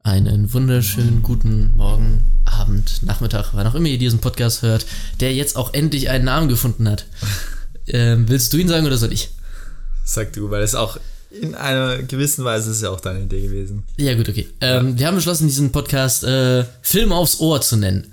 Einen wunderschönen guten Morgen, Abend, Nachmittag, wann auch immer ihr diesen Podcast hört, der jetzt auch endlich einen Namen gefunden hat. Willst du ihn sagen oder soll ich? Sag du, weil es auch in einer gewissen Weise ist ja auch deine Idee gewesen. Ja gut, okay. Wir haben beschlossen, diesen Podcast Film aufs Ohr zu nennen.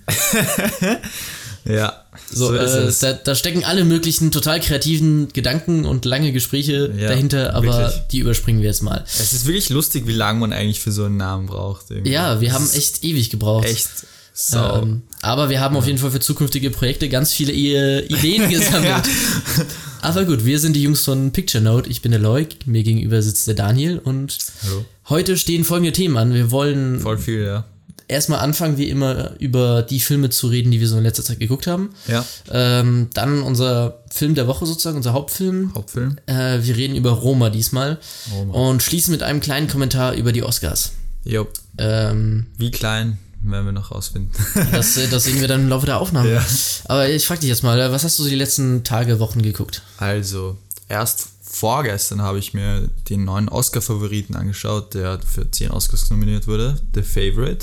Ja, so ist es. Da stecken alle möglichen total kreativen Gedanken und lange Gespräche dahinter, aber wirklich. Die überspringen wir jetzt mal. Es ist wirklich lustig, wie lange man eigentlich für so einen Namen braucht. Irgendwie. Ja, wir haben echt ewig gebraucht. Echt. Aber wir haben auf jeden Fall für zukünftige Projekte ganz viele Ideen gesammelt. Aber gut, wir sind die Jungs von Picture Note. Ich bin der Loik, mir gegenüber sitzt der Daniel und Hallo. Heute stehen folgende Themen an. Wir wollen voll viel, ja. Erstmal anfangen, wie immer, über die Filme zu reden, die wir so in letzter Zeit geguckt haben. Ja. Dann unser Film der Woche sozusagen, unser Hauptfilm. Wir reden über Roma diesmal. Und schließen mit einem kleinen Kommentar über die Oscars. Jo. Wie klein werden wir noch rausfinden. Das sehen wir dann im Laufe der Aufnahme. Ja. Aber ich frage dich jetzt mal, was hast du so die letzten Tage, Wochen geguckt? Also, erst vorgestern habe ich mir den neuen Oscar-Favoriten angeschaut, der für 10 Oscars nominiert wurde, The Favorite.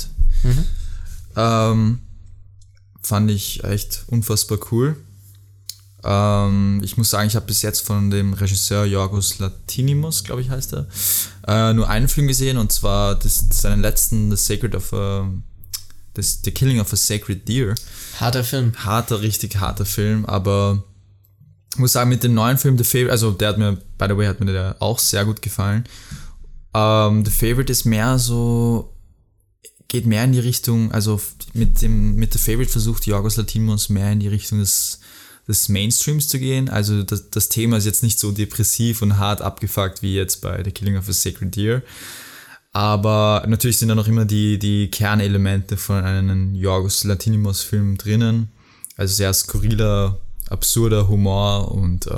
Fand ich echt unfassbar cool. Ich muss sagen, ich habe bis jetzt von dem Regisseur Yorgos Lanthimos, glaube ich heißt er, nur einen Film gesehen, und zwar seinen letzten The Killing of a Sacred Deer. Harter Film. Richtig harter Film, aber ich muss sagen, mit dem neuen Film The Favorite, also der hat mir, by the way, der auch sehr gut gefallen. The Favorite ist mehr so, geht mehr in die Richtung, also mit The Favorite versucht Yorgos Lanthimos mehr in die Richtung des Mainstreams zu gehen. Also das Thema ist jetzt nicht so depressiv und hart abgefuckt wie jetzt bei The Killing of a Sacred Deer. Aber natürlich sind da noch immer die Kernelemente von einem Yorgos Lanthimos Film drinnen. Also sehr skurriler, absurder Humor und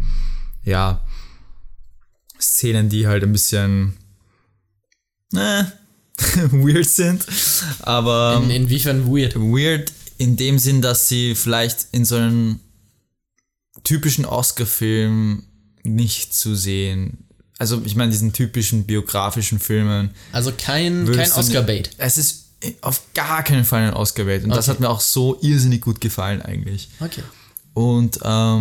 Szenen, die halt ein bisschen weird sind. Aber inwiefern weird? Weird in dem Sinn, dass sie vielleicht in so einem typischen Oscar-Film nicht zu sehen. Also ich meine, diesen typischen biografischen Filmen. Also kein Oscar-Bait. Es ist auf gar keinen Fall ein Oscar-Bait. Und das hat mir auch so irrsinnig gut gefallen eigentlich. Okay. Und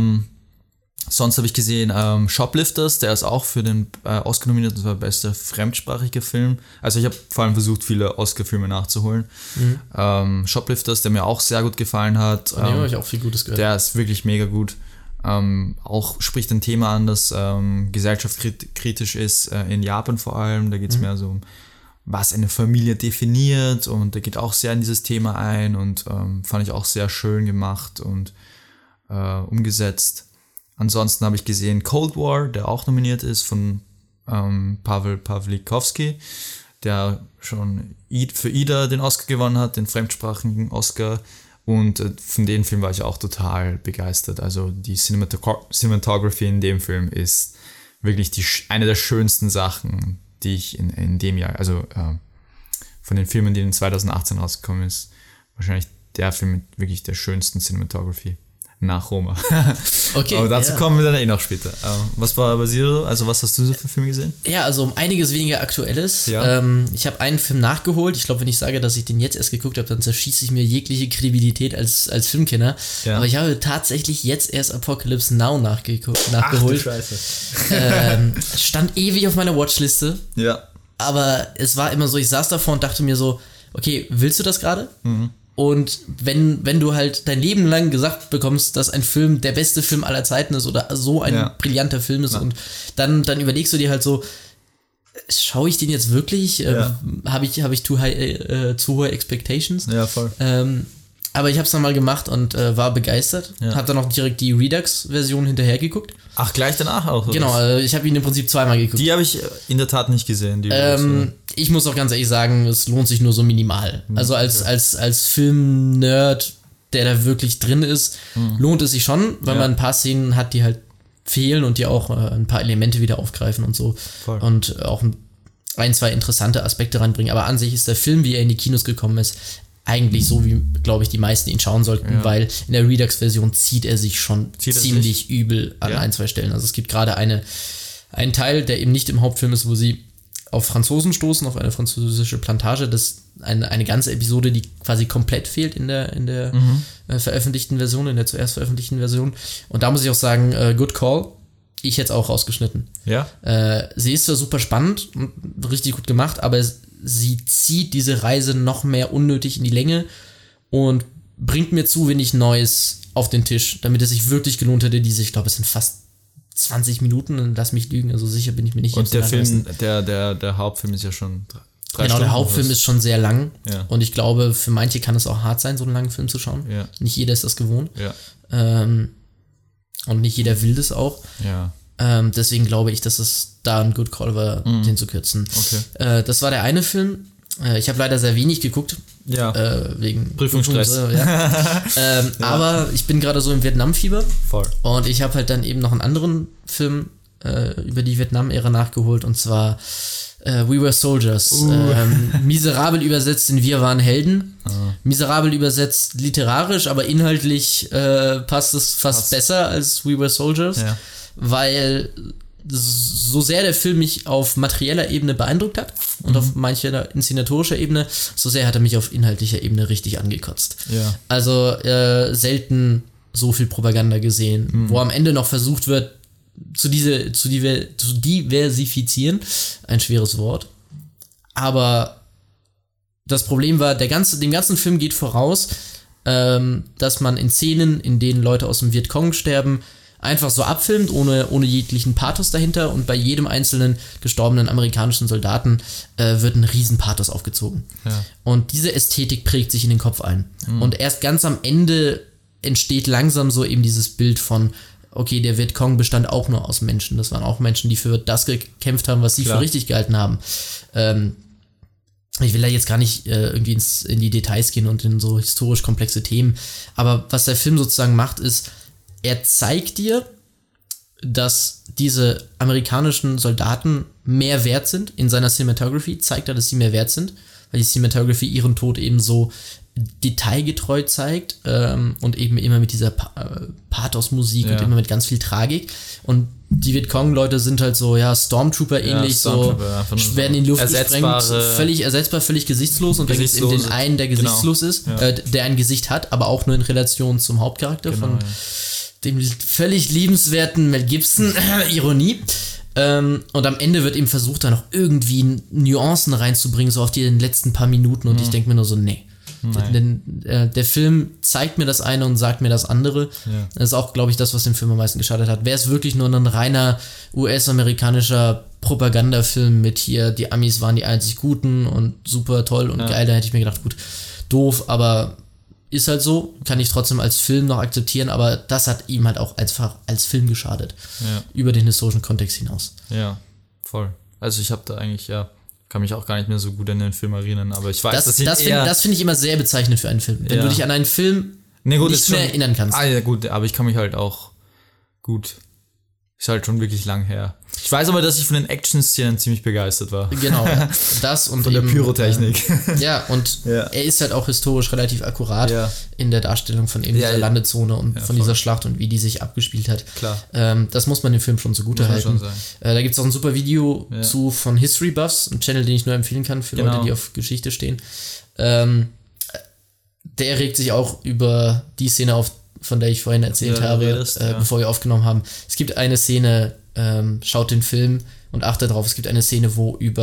sonst habe ich gesehen Shoplifters, der ist auch für den Oscar nominiert, das war bester fremdsprachiger Film. Also ich habe vor allem versucht, viele Oscar-Filme nachzuholen. Shoplifters, der mir auch sehr gut gefallen hat. Von dem habe ich auch viel Gutes gehört. Der ist wirklich mega gut. Auch spricht ein Thema an, das gesellschaftskritisch ist, in Japan vor allem. Da geht es mehr so um, was eine Familie definiert, und der geht auch sehr in dieses Thema ein und fand ich auch sehr schön gemacht und umgesetzt. Ansonsten habe ich gesehen Cold War, der auch nominiert ist, von Paweł Pawlikowski, der schon für Ida den Oscar gewonnen hat, den fremdsprachigen Oscar. Und von dem Film war ich auch total begeistert. Also die Cinematography in dem Film ist wirklich eine der schönsten Sachen, die ich in dem Jahr, also von den Filmen, die in 2018 rausgekommen ist, wahrscheinlich der Film mit wirklich der schönsten Cinematography nach Roma. Okay. Aber dazu kommen wir dann noch später. Was war bei dir so? Also was hast du so für Filme gesehen? Ja, also um einiges weniger Aktuelles. Ja. Ich habe einen Film nachgeholt. Ich glaube, wenn ich sage, dass ich den jetzt erst geguckt habe, dann zerschieße ich mir jegliche Kredibilität als Filmkenner. Ja. Aber ich habe tatsächlich jetzt erst Apocalypse Now nachgeholt. Ach du Scheiße. Stand ewig auf meiner Watchliste. Ja. Aber es war immer so, ich saß davor und dachte mir so, okay, willst du das gerade? Und wenn du halt dein Leben lang gesagt bekommst, dass ein Film der beste Film aller Zeiten ist oder so ein brillanter Film ist, und dann überlegst du dir halt so, schaue ich den jetzt wirklich? Habe ich zu hohe Expectations? Ja, voll. Aber ich habe es dann mal gemacht und war begeistert. Habe dann auch direkt die Redux-Version hinterher geguckt. Ach, gleich danach auch? Genau, ich habe ihn im Prinzip zweimal geguckt. Die habe ich in der Tat nicht gesehen. Ich muss auch ganz ehrlich sagen, es lohnt sich nur so minimal. Also als Film-Nerd, der da wirklich drin ist, lohnt es sich schon, weil man ein paar Szenen hat, die halt fehlen und die auch ein paar Elemente wieder aufgreifen und so. Voll. Und auch ein, zwei interessante Aspekte ranbringen. Aber an sich ist der Film, wie er in die Kinos gekommen ist, eigentlich so, wie, glaube ich, die meisten ihn schauen sollten, weil in der Redux-Version zieht er sich schon ziemlich übel an ein, zwei Stellen. Also es gibt gerade einen Teil, der eben nicht im Hauptfilm ist, wo sie auf Franzosen stoßen, auf eine französische Plantage. Das ist eine ganze Episode, die quasi komplett fehlt in der veröffentlichten Version, in der zuerst veröffentlichten Version. Und da muss ich auch sagen, good call. Ich hätte es auch rausgeschnitten. Ja. Sie ist zwar super spannend und richtig gut gemacht, aber sie zieht diese Reise noch mehr unnötig in die Länge und bringt mir zu wenig Neues auf den Tisch, damit es sich wirklich gelohnt hätte, ich glaube, es sind fast 20 Minuten, lass mich lügen, also sicher bin ich mir nicht. Und der Film, der Hauptfilm ist ja schon 3 Genau, Stunden. der Hauptfilm ist schon sehr lang. Ja. Und ich glaube, für manche kann es auch hart sein, so einen langen Film zu schauen. Ja. Nicht jeder ist das gewohnt. Ja. Und nicht jeder will das auch. Ja. Deswegen glaube ich, dass es da ein Good Call war, den zu kürzen. Okay. Das war der eine Film. Ich habe leider sehr wenig geguckt. Ja. Wegen Prüfungsstress. Ja. Aber ich bin gerade so im Vietnam-Fieber. Voll. Und ich habe halt dann eben noch einen anderen Film über die Vietnam-Ära nachgeholt. Und zwar We Were Soldiers. Miserabel übersetzt in Wir waren Helden. Miserabel übersetzt literarisch, aber inhaltlich passt es fast besser als We Were Soldiers. Ja. Weil so sehr der Film mich auf materieller Ebene beeindruckt hat und auf mancher inszenatorischer Ebene, so sehr hat er mich auf inhaltlicher Ebene richtig angekotzt. Ja. Also selten so viel Propaganda gesehen, wo am Ende noch versucht wird, zu diversifizieren. Ein schweres Wort. Aber das Problem war, dem ganzen Film geht voraus, dass man in Szenen, in denen Leute aus dem Vietcong sterben, einfach so abfilmt, ohne jeglichen Pathos dahinter, und bei jedem einzelnen gestorbenen amerikanischen Soldaten wird ein Riesenpathos aufgezogen. Ja. Und diese Ästhetik prägt sich in den Kopf ein. Und erst ganz am Ende entsteht langsam so eben dieses Bild von, okay, der Vietcong bestand auch nur aus Menschen. Das waren auch Menschen, die für das gekämpft haben, was sie für richtig gehalten haben. Ich will da jetzt gar nicht irgendwie in die Details gehen und in so historisch komplexe Themen, aber was der Film sozusagen macht, ist, er zeigt dir, dass diese amerikanischen Soldaten mehr wert sind. In seiner Cinematography zeigt er, dass sie mehr wert sind, weil die Cinematography ihren Tod eben so detailgetreu zeigt und eben immer mit dieser Pathos-Musik und immer mit ganz viel Tragik. Und die Vietcong-Leute sind halt so, Stormtrooper ähnlich, werden in die Luft gesprengt, völlig ersetzbar, völlig gesichtslos, und dann gibt es eben den einen, der gesichtslos ist, der ein Gesicht hat, aber auch nur in Relation zum Hauptcharakter von dem völlig liebenswerten Mel Gibson. Ironie. Und am Ende wird eben versucht, da noch irgendwie Nuancen reinzubringen, so auf die letzten paar Minuten, und ich denke mir nur so, nee. Denn der Film zeigt mir das eine und sagt mir das andere. Ja. Das ist auch, glaube ich, das, was dem Film am meisten geschadet hat. Wäre es wirklich nur ein reiner US-amerikanischer Propagandafilm mit hier, die Amis waren die einzig Guten und super toll und geil, da hätte ich mir gedacht, gut, doof, aber ist halt so, kann ich trotzdem als Film noch akzeptieren, aber das hat ihm halt auch als Film geschadet. Ja. Über den historischen Kontext hinaus. Ja, voll. Also ich habe da eigentlich, kann mich auch gar nicht mehr so gut an den Film erinnern, aber ich weiß, das finde ich immer sehr bezeichnend für einen Film. Wenn du dich an einen Film nicht mehr erinnern kannst. Ja gut, aber ich kann mich halt auch gut, ist halt schon wirklich lang her. Ich weiß aber, dass ich von den Action-Szenen ziemlich begeistert war. Genau, das und von der Pyrotechnik. Er ist halt auch historisch relativ akkurat in der Darstellung von eben dieser Landezone und von dieser Schlacht und wie die sich abgespielt hat. Klar. Das muss man dem Film schon zugute halten. Da gibt es auch ein super Video zu von History Buffs, ein Channel, den ich nur empfehlen kann für Leute, die auf Geschichte stehen. Der regt sich auch über die Szene auf, von der ich vorhin erzählt habe, bevor wir aufgenommen haben. Es gibt eine Szene, schaut den Film und achtet darauf, es gibt eine Szene,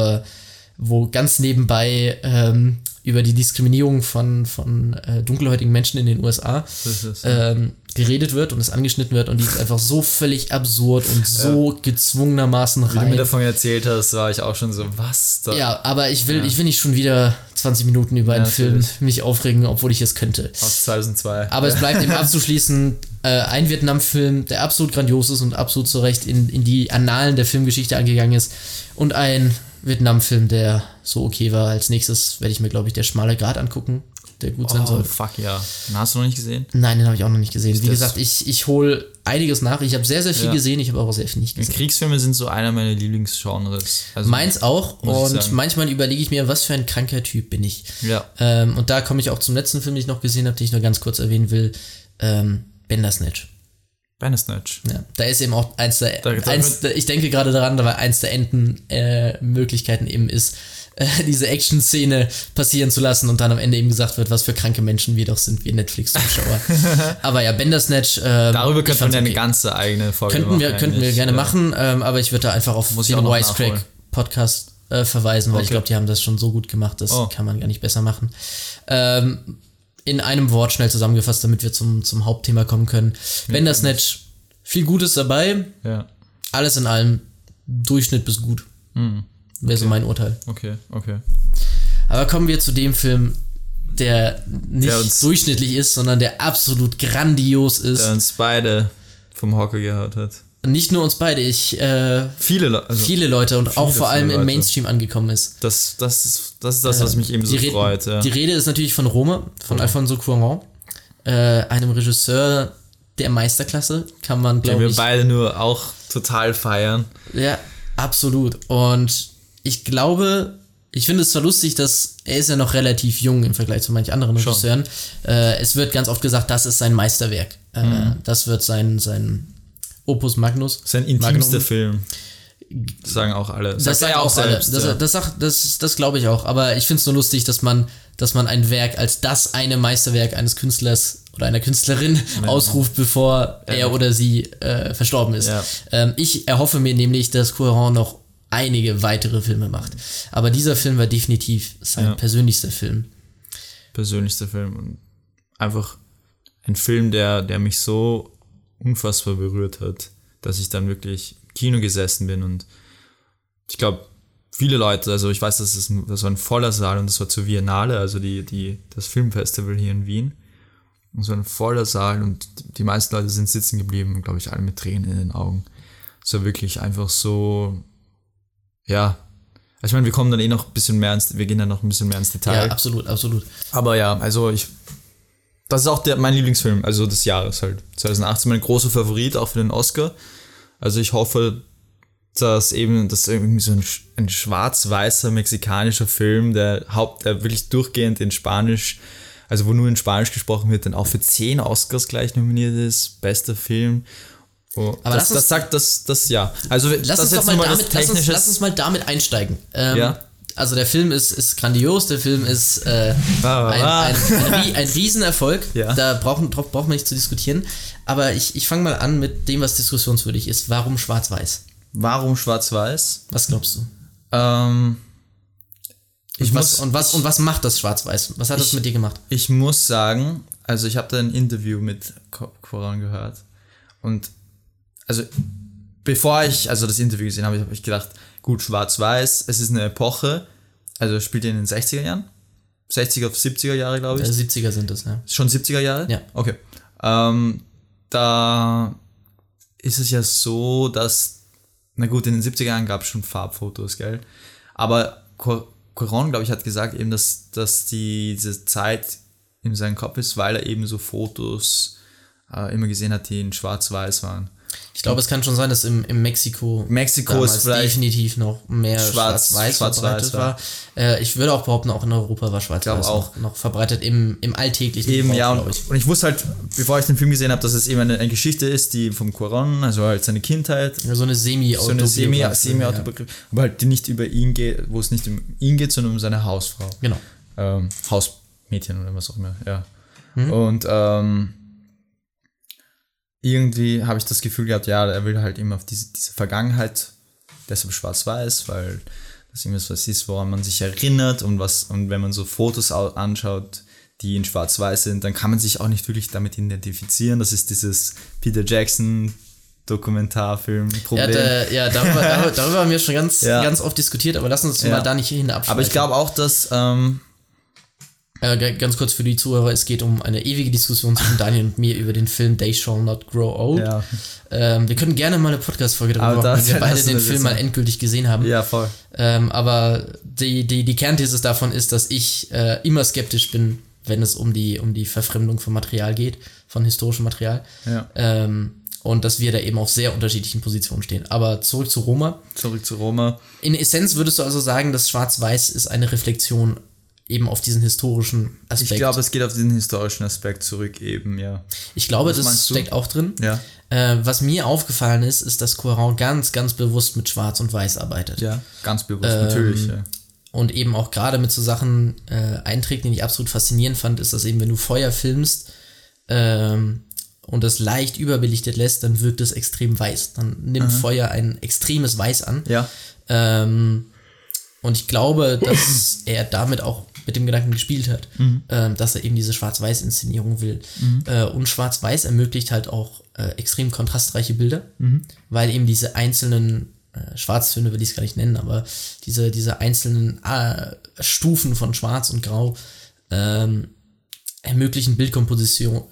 wo ganz nebenbei über die Diskriminierung von dunkelhäutigen Menschen in den USA geredet wird und es angeschnitten wird, und die ist einfach so völlig absurd und so gezwungenermaßen rein. Wie du mir davon erzählt hast, war ich auch schon so, was da? Ja, aber ich will nicht schon wieder 20 Minuten über einen Film mich aufregen, obwohl ich es könnte. Aus 2002. Aber es bleibt eben abzuschließen, ein Vietnam-Film, der absolut grandios ist und absolut zu Recht in die Annalen der Filmgeschichte angegangen ist, und ein Vietnam-Film, der so okay war. Als nächstes werde ich mir, glaube ich, Der schmale Grat angucken, der gut sein soll. Oh, fuck ja. Den hast du noch nicht gesehen? Nein, den habe ich auch noch nicht gesehen. Wie gesagt, ich hole einiges nach. Ich habe sehr, sehr viel gesehen, ich habe auch sehr viel nicht gesehen. Kriegsfilme sind so einer meiner Lieblingsgenres. Also, meins auch, und manchmal überlege ich mir, was für ein kranker Typ bin ich. Ja. Und da komme ich auch zum letzten Film, den ich noch gesehen habe, den ich nur ganz kurz erwähnen will. Bandersnatch. Bandersnatch. Ja, da ist eben auch ich denke gerade daran, weil eins der Möglichkeiten eben ist, diese Action-Szene passieren zu lassen und dann am Ende eben gesagt wird, was für kranke Menschen wir doch sind, wir Netflix-Zuschauer. Aber ja, Bandersnatch. Darüber könnte man ja eine ganze eigene Folge machen. Könnten wir gerne machen, aber ich würde da einfach auf den Wisecrack-Podcast verweisen, weil ich glaube, die haben das schon so gut gemacht, das kann man gar nicht besser machen. In einem Wort schnell zusammengefasst, damit wir zum Hauptthema kommen können. Bandersnatch, viel Gutes dabei. Ja. Alles in allem Durchschnitt bis gut. Wäre so mein Urteil. Okay. Aber kommen wir zu dem Film, der nicht durchschnittlich ist, sondern der absolut grandios ist. Der uns beide vom Hocker gehauen hat. Nicht nur uns beide, viele Leute und auch vor allem im Mainstream angekommen ist. Das ist das, was mich eben so freut. Ja. Die Rede ist natürlich von Roma, von Alfonso Cuarón, einem Regisseur der Meisterklasse, kann man, glaube ich. Den wir beide nur auch total feiern. Ja, absolut. Und ich glaube, ich finde es zwar lustig, dass er ist ja noch relativ jung im Vergleich zu manchen anderen Regisseuren. Es wird ganz oft gesagt, das ist sein Meisterwerk. Das wird sein Opus Magnus. Sein intimster Film. Das sagen auch alle. Das sagen auch selbst. Das glaube ich auch. Aber ich finde es nur lustig, dass man ein Werk als das eine Meisterwerk eines Künstlers oder einer Künstlerin ausruft, bevor er oder sie verstorben ist. Ja. Ich erhoffe mir nämlich, dass Cuarón noch einige weitere Filme macht. Aber dieser Film war definitiv sein persönlichster Film. Persönlichster Film. Und einfach ein Film, der mich so unfassbar berührt hat, dass ich dann wirklich im Kino gesessen bin und ich glaube, viele Leute, also ich weiß, das war ein voller Saal und das war zur Viennale, also das Filmfestival hier in Wien. Und so ein voller Saal und die meisten Leute sind sitzen geblieben, glaube ich, alle mit Tränen in den Augen. Es war wirklich einfach so, ja. Also ich meine, wir kommen dann noch ein bisschen mehr wir gehen dann noch ein bisschen mehr ins Detail. Ja, absolut. Aber ja, also das ist auch mein Lieblingsfilm, also des Jahres halt. 2018 mein großer Favorit, auch für den Oscar. Also ich hoffe, dass irgendwie so ein schwarz-weißer mexikanischer Film, der wirklich durchgehend in Spanisch, also wo nur in Spanisch gesprochen wird, dann auch für 10 Oscars gleich nominiert ist, bester Film. Oh, aber das sagt das ja. Also lass uns mal damit einsteigen. Also der Film ist grandios, der Film ist ein Riesenerfolg, da braucht man nicht zu diskutieren, aber ich fange mal an mit dem, was diskussionswürdig ist. Warum schwarz-weiß? Warum schwarz-weiß? Was glaubst du? Was macht das schwarz-weiß? Was hat das mit dir gemacht? Ich muss sagen, also ich habe da ein Interview mit Cuarón gehört und also bevor ich das Interview gesehen habe, habe ich gedacht, gut, schwarz-weiß, es ist eine Epoche, also spielt in den 60er Jahren? 60er, 70er Jahre, glaube ich. 70er sind es, ja. Schon 70er Jahre? Ja. Okay. Da ist es ja so, dass, na gut, in den 70er Jahren gab es schon Farbfotos, gell? Aber Cuarón, glaube ich, hat gesagt eben, dass diese Zeit in seinem Kopf ist, weil er eben so Fotos immer gesehen hat, die in schwarz-weiß waren. Ich glaube, es kann schon sein, dass im Mexiko ist vielleicht definitiv noch mehr schwarz-weiß verbreitet war. Ich würde auch behaupten, auch in Europa war schwarz-weiß noch verbreitet im alltäglichen Gebrauch, ja, glaube ich. Und ich wusste halt, bevor ich den Film gesehen habe, dass es eben eine Geschichte ist, die vom Cuarón, also halt seine Kindheit. Ja, so eine Semi-Autobiografie, aber halt die nicht über ihn geht, wo es nicht um ihn geht, sondern um seine Hausfrau. Genau. Hausmädchen oder was auch immer, ja. Und irgendwie habe ich das Gefühl gehabt, ja, er will halt immer auf diese Vergangenheit, deshalb schwarz-weiß, weil das irgendwas was ist, woran man sich erinnert und wenn man so Fotos anschaut, die in schwarz-weiß sind, dann kann man sich auch nicht wirklich damit identifizieren. Das ist dieses Peter Jackson Dokumentarfilm-Problem. Darüber haben wir schon ganz oft diskutiert, aber lass uns mal da nicht hin abschweifen. Aber ich glaube auch, dass ganz kurz für die Zuhörer, es geht um eine ewige Diskussion zwischen Daniel und mir über den Film They Shall Not Grow Old. Ja. Wir können gerne mal eine Podcast-Folge darüber machen, wenn wir beide den Film mal endgültig gesehen haben. Ja, voll. Aber die Kernthese davon ist, dass ich immer skeptisch bin, wenn es um die Verfremdung von Material geht, von historischem Material. Ja. Und dass wir da eben auf sehr unterschiedlichen Positionen stehen. Aber zurück zu Roma. Zurück zu Roma. In Essenz würdest du also sagen, dass Schwarz-Weiß ist eine Reflexion eben auf diesen historischen Aspekt. Ich glaube, es geht auf diesen historischen Aspekt zurück eben, ja. Ich glaube, das steckt auch drin. Ja. Was mir aufgefallen ist, dass Cuarón ganz, ganz bewusst mit Schwarz und Weiß arbeitet. Ja, ganz bewusst, natürlich. Ja. Und eben auch gerade mit so Sachen einträgt, den ich absolut faszinierend fand, ist, dass eben, wenn du Feuer filmst und das leicht überbelichtet lässt, dann wirkt es extrem weiß. Dann nimmt Feuer ein extremes Weiß an. Ja. Und ich glaube, dass er damit auch mit dem Gedanken gespielt hat, dass er eben diese Schwarz-Weiß-Inszenierung will. Und Schwarz-Weiß ermöglicht halt auch extrem kontrastreiche Bilder, weil eben diese einzelnen Schwarztöne will ich es gar nicht nennen, aber diese einzelnen Stufen von Schwarz und Grau ermöglichen Bildkomposition,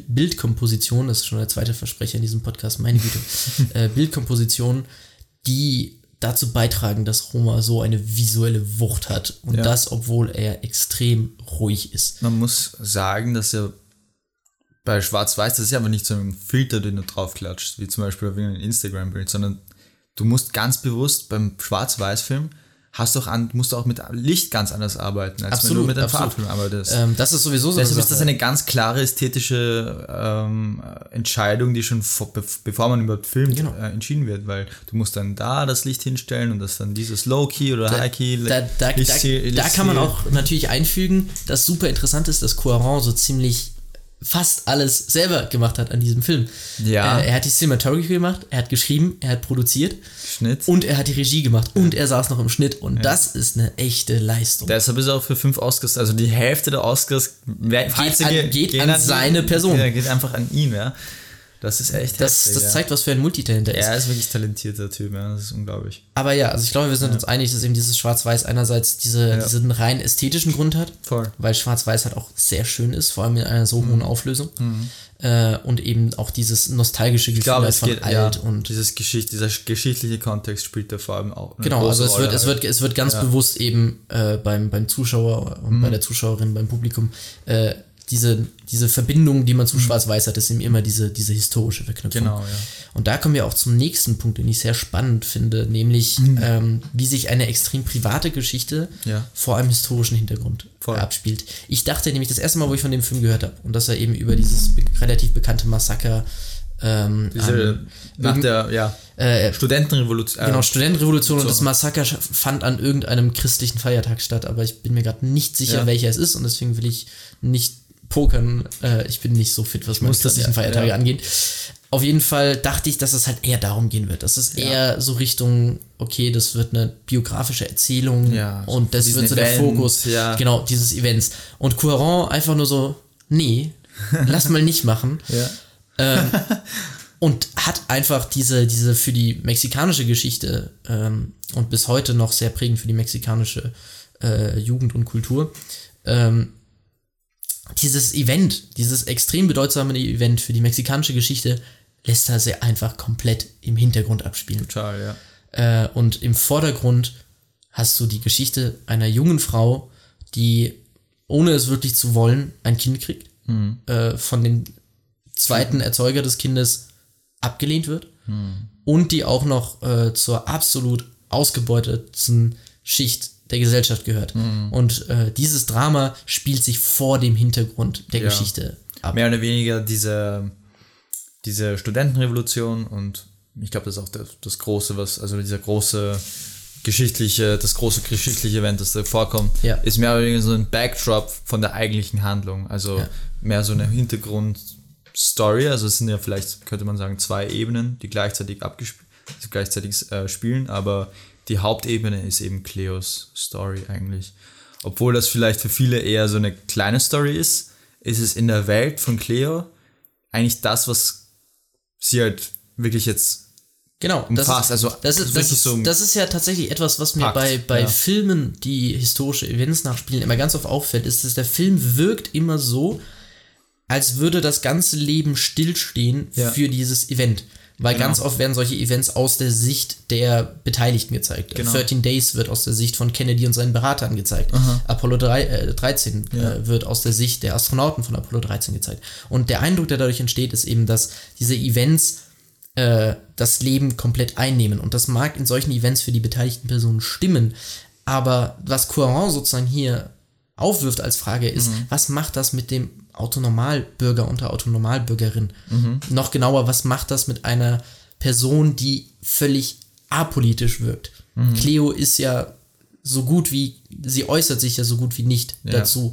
das ist schon der zweite Versprecher in diesem Podcast, meine Güte, Bildkompositionen, die dazu beitragen, dass Roma so eine visuelle Wucht hat. Und das, obwohl er extrem ruhig ist. Man muss sagen, dass er bei Schwarz-Weiß, das ist ja aber nicht so ein Filter, den du draufklatschst, wie zum Beispiel auf irgendein Instagram-Bild, sondern du musst ganz bewusst beim Schwarz-Weiß-Film musst du auch mit Licht ganz anders arbeiten, als absolut, wenn du mit einem Farbfilm arbeitest. Das ist sowieso so. Deshalb ist das eine ganz klare ästhetische Entscheidung, die schon bevor man überhaupt filmt, entschieden wird, weil du musst dann da das Licht hinstellen und das dann dieses Low-Key oder High-Key. Da kann man auch natürlich einfügen, dass super interessant ist, dass Cuarón so ziemlich fast alles selber gemacht hat an diesem Film. Ja. Er hat die Cinematography gemacht, er hat geschrieben, er hat produziert. Schnitt. Und er hat die Regie gemacht und er saß noch im Schnitt und das ist eine echte Leistung. Deshalb ist er auch für 5 Oscars, also die Hälfte der Oscars geht an seine Person. Ja, geht einfach an ihn, ja. Das ist echt heftig, das zeigt, was für ein Multitalent er ist. Er ist wirklich talentierter Typ, ja, das ist unglaublich. Aber ja, also ich glaube, wir sind uns einig, dass eben dieses Schwarz-Weiß einerseits diesen rein ästhetischen Grund hat, voll, weil Schwarz-Weiß halt auch sehr schön ist, vor allem in einer so hohen Auflösung. Und eben auch dieses nostalgische Gefühl von alt und dieser geschichtliche Kontext spielt da vor allem auch. Genau, also es wird ganz bewusst eben beim Zuschauer und bei der Zuschauerin, beim Publikum diese Verbindung, die man zu Schwarz-Weiß hat, ist eben immer diese historische Verknüpfung. Genau, ja. Und da kommen wir auch zum nächsten Punkt, den ich sehr spannend finde, nämlich wie sich eine extrem private Geschichte vor einem historischen Hintergrund abspielt. Ich dachte nämlich das erste Mal, wo ich von dem Film gehört habe und dass er eben über dieses relativ bekannte Massaker nach der Studentenrevolution. Genau, Studentenrevolution und das Massaker fand an irgendeinem christlichen Feiertag statt, aber ich bin mir gerade nicht sicher, welcher es ist und deswegen will ich nicht pokern. Ich bin nicht so fit, was meine christlichen Feiertage angeht. Auf jeden Fall dachte ich, dass es halt eher darum gehen wird. Das ist eher so Richtung, okay, das wird eine biografische Erzählung und das wird so der Fokus, genau, dieses Events. Und Cuarón einfach nur so, nee, lass mal nicht machen. Und hat einfach diese für die mexikanische Geschichte und bis heute noch sehr prägend für die mexikanische Jugend und Kultur, dieses Event, dieses extrem bedeutsame Event für die mexikanische Geschichte lässt er sehr einfach komplett im Hintergrund abspielen. Total, ja. Und im Vordergrund hast du die Geschichte einer jungen Frau, die, ohne es wirklich zu wollen, ein Kind kriegt, von dem zweiten Erzeuger des Kindes abgelehnt wird und die auch noch zur absolut ausgebeutetsten Schicht der Gesellschaft gehört. Und dieses Drama spielt sich vor dem Hintergrund der Geschichte ab. Mehr oder weniger diese Studentenrevolution und ich glaube, das ist auch das große, das große geschichtliche Event, das da vorkommt, ist mehr oder weniger so ein Backdrop von der eigentlichen Handlung. Also mehr so eine Hintergrundstory. Also es sind ja vielleicht, könnte man sagen, 2 Ebenen, die gleichzeitig spielen, aber die Hauptebene ist eben Cleos Story eigentlich. Obwohl das vielleicht für viele eher so eine kleine Story ist es in der Welt von Cleo eigentlich das, was sie halt wirklich jetzt umfasst. Das ist ja tatsächlich etwas, was mir bei Filmen, die historische Events nachspielen, immer ganz oft auffällt, ist, dass der Film wirkt immer so, als würde das ganze Leben stillstehen für dieses Event. Weil ganz oft werden solche Events aus der Sicht der Beteiligten gezeigt. Genau. 13 Days wird aus der Sicht von Kennedy und seinen Beratern gezeigt. Apollo 13 wird aus der Sicht der Astronauten von Apollo 13 gezeigt. Und der Eindruck, der dadurch entsteht, ist eben, dass diese Events das Leben komplett einnehmen. Und das mag in solchen Events für die beteiligten Personen stimmen. Aber was Cuarón sozusagen hier aufwirft als Frage ist, was macht das mit dem Autonormalbürger und der Autonormalbürgerin? Noch genauer, was macht das mit einer Person, die völlig apolitisch wirkt? Cleo ist ja so gut wie, sie äußert sich ja so gut wie nicht dazu.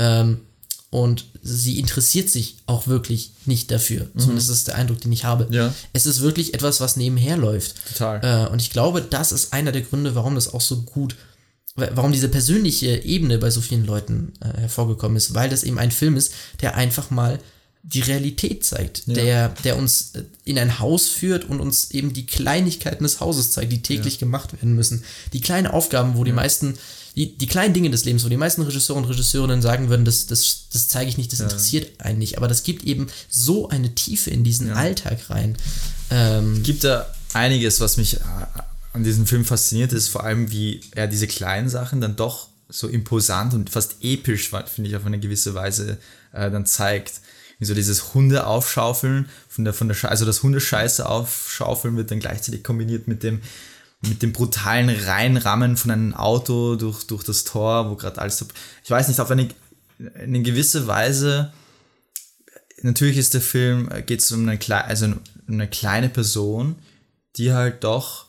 Und sie interessiert sich auch wirklich nicht dafür. Zumindest ist der Eindruck, den ich habe. Ja. Es ist wirklich etwas, was nebenher läuft. Total. Und ich glaube, das ist einer der Gründe, warum das auch so gut, warum diese persönliche Ebene bei so vielen Leuten hervorgekommen ist, weil das eben ein Film ist, der einfach mal die Realität zeigt, der uns in ein Haus führt und uns eben die Kleinigkeiten des Hauses zeigt, die täglich gemacht werden müssen. Die kleinen Aufgaben, wo die meisten, die kleinen Dinge des Lebens, wo die meisten Regisseure und Regisseurinnen sagen würden, das zeige ich nicht, das interessiert einen nicht. Aber das gibt eben so eine Tiefe in diesen Alltag rein. Gibt da einiges, was mich an diesem Film fasziniert, ist vor allem, wie er diese kleinen Sachen dann doch so imposant und fast episch, finde ich, auf eine gewisse Weise dann zeigt. Wie so dieses Hunde aufschaufeln, also das Hundescheiße aufschaufeln wird dann gleichzeitig kombiniert mit dem brutalen Reinrammen von einem Auto durch das Tor, wo gerade alles so, ich weiß nicht, auf eine gewisse Weise, natürlich ist der Film, geht es um eine kleine Person, die halt doch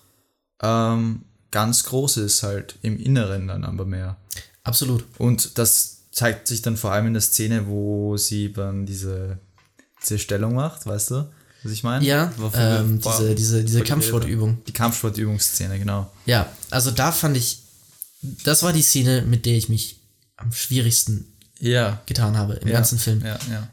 ganz groß ist, halt im Inneren dann aber mehr. Absolut. Und das zeigt sich dann vor allem in der Szene, wo sie dann diese Stellung macht, weißt du, was ich meine? Ja, diese Kampfsportübung. Die Kampfsportübungsszene, genau. Ja, also da fand ich, das war die Szene, mit der ich mich am schwierigsten getan habe im ganzen Film.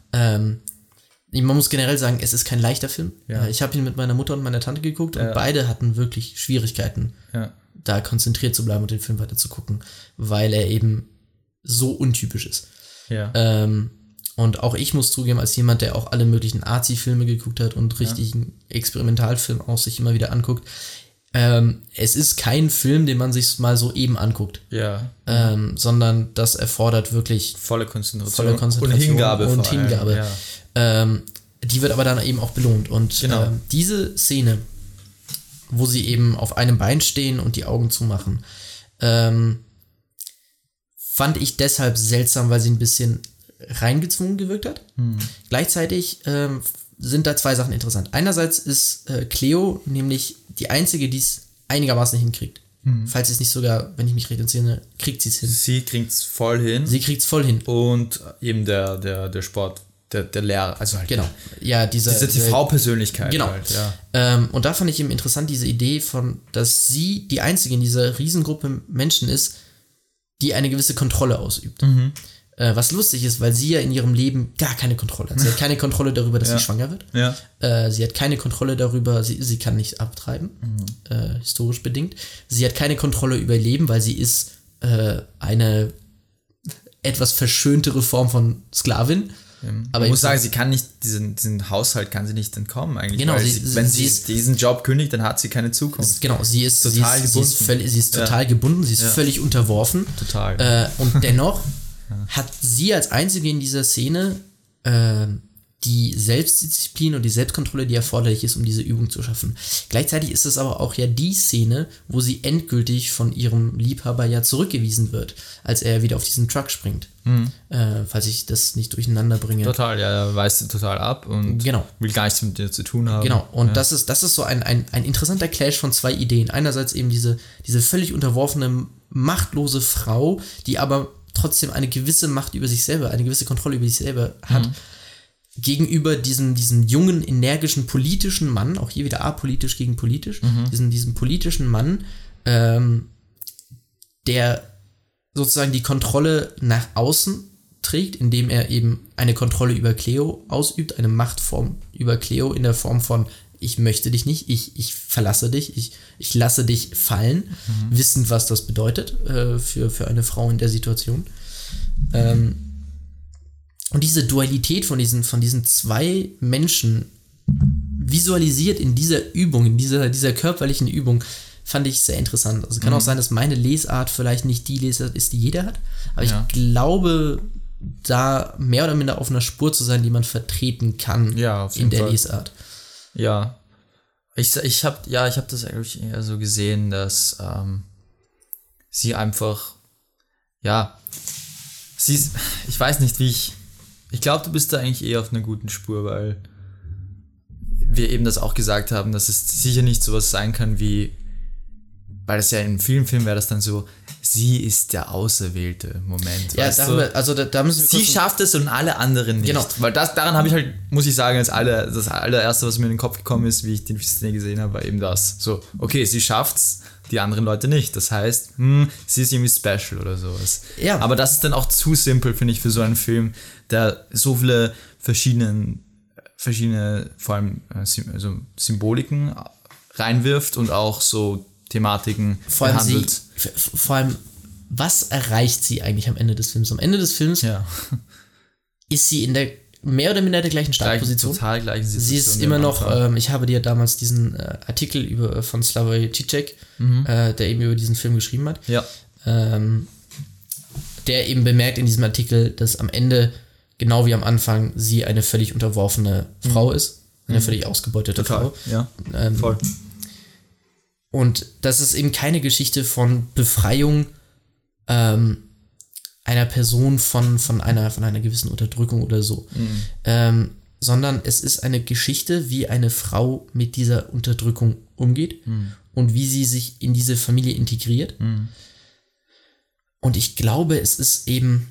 Man muss generell sagen, es ist kein leichter Film. Ich habe ihn mit meiner Mutter und meiner Tante geguckt und beide hatten wirklich Schwierigkeiten, da konzentriert zu bleiben und den Film weiter zu gucken, weil er eben so untypisch ist. Und auch ich muss zugeben, als jemand, der auch alle möglichen Arzi-Filme geguckt hat und richtigen Experimentalfilm auch sich immer wieder anguckt, es ist kein Film, den man sich mal so eben anguckt. Sondern das erfordert wirklich volle Konzentration und Hingabe. Die wird aber dann eben auch belohnt. Und diese Szene, wo sie eben auf einem Bein stehen und die Augen zumachen, fand ich deshalb seltsam, weil sie ein bisschen reingezwungen gewirkt hat. Gleichzeitig sind da zwei Sachen interessant. Einerseits ist Cleo nämlich die Einzige, die es einigermaßen hinkriegt. Falls sie es nicht sogar, wenn ich mich recht entsinne, kriegt sie es hin. Sie kriegt es voll hin. Und eben der Sport, der Lehrer, also halt. Genau. Ja, diese TV-Persönlichkeit. Genau. Halt, und da fand ich eben interessant, diese Idee von, dass sie die Einzige in dieser Riesengruppe Menschen ist, die eine gewisse Kontrolle ausübt. Was lustig ist, weil sie ja in ihrem Leben gar keine Kontrolle hat. Sie hat keine Kontrolle darüber, dass sie schwanger wird. Sie hat keine Kontrolle darüber, sie kann nicht abtreiben, historisch bedingt. Sie hat keine Kontrolle über ihr Leben, weil sie ist eine etwas verschöntere Form von Sklavin. Aber ich muss sagen, sie kann nicht, diesen Haushalt kann sie nicht entkommen eigentlich. Genau, wenn sie diesen Job kündigt, dann hat sie keine Zukunft. Genau, sie ist total gebunden, sie ist völlig unterworfen. Total. Und dennoch hat sie als Einzige in dieser Szene die Selbstdisziplin und die Selbstkontrolle, die erforderlich ist, um diese Übung zu schaffen. Gleichzeitig ist es aber auch ja die Szene, wo sie endgültig von ihrem Liebhaber ja zurückgewiesen wird, als er wieder auf diesen Truck springt. Falls ich das nicht durcheinander bringe. Total, er weist total ab und will gar nichts mit dir zu tun haben. Genau, und das ist so ein interessanter Clash von zwei Ideen. Einerseits eben diese völlig unterworfene, machtlose Frau, die aber trotzdem eine gewisse Macht über sich selber, eine gewisse Kontrolle über sich selber hat, gegenüber diesem jungen, energischen, politischen Mann, auch hier wieder apolitisch gegen politisch, diesem politischen Mann, der sozusagen die Kontrolle nach außen trägt, indem er eben eine Kontrolle über Cleo ausübt, eine Machtform über Cleo in der Form von ich möchte dich nicht, ich verlasse dich, ich lasse dich fallen, wissend, was das bedeutet für eine Frau in der Situation. Und diese Dualität von diesen zwei Menschen visualisiert in dieser Übung, in dieser körperlichen Übung, fand ich sehr interessant. Also kann auch sein, dass meine Lesart vielleicht nicht die Lesart ist, die jeder hat, aber ich glaube, da mehr oder minder auf einer Spur zu sein, die man vertreten kann in der Lesart. Ja. Ich habe das eigentlich eher so gesehen, dass sie einfach ich weiß nicht, ich glaube, du bist da eigentlich eher auf einer guten Spur, weil wir eben das auch gesagt haben, dass es sicher nicht sowas sein kann wie, weil das ja in vielen Filmen wäre das dann so, sie ist der auserwählte Moment. Ja, da müssen wir sie schafft es und alle anderen nicht. Genau. Weil daran habe ich halt, muss ich sagen, das allererste, was mir in den Kopf gekommen ist, wie ich die Szene gesehen habe, war eben das. So, okay, sie schafft's, die anderen Leute nicht. Das heißt, sie ist irgendwie special oder sowas. Ja. Aber das ist dann auch zu simpel, finde ich, für so einen Film, der so viele verschiedene vor allem Symboliken reinwirft und auch so Thematiken behandelt. Vor allem, was erreicht sie eigentlich am Ende des Films? Am Ende des Films ist sie in der mehr oder minder der gleichen Startposition. Total gleichen Situation. Sie ist immer noch, ich habe dir damals diesen Artikel von Slavoj Žižek, der eben über diesen Film geschrieben hat, der eben bemerkt in diesem Artikel, dass am Ende, genau wie am Anfang, sie eine völlig unterworfene Frau ist, eine völlig ausgebeutete Frau. Ja, voll. Und das ist eben keine Geschichte von Befreiung einer Person von einer gewissen Unterdrückung oder so. Sondern es ist eine Geschichte, wie eine Frau mit dieser Unterdrückung umgeht und wie sie sich in diese Familie integriert. Und ich glaube, es ist eben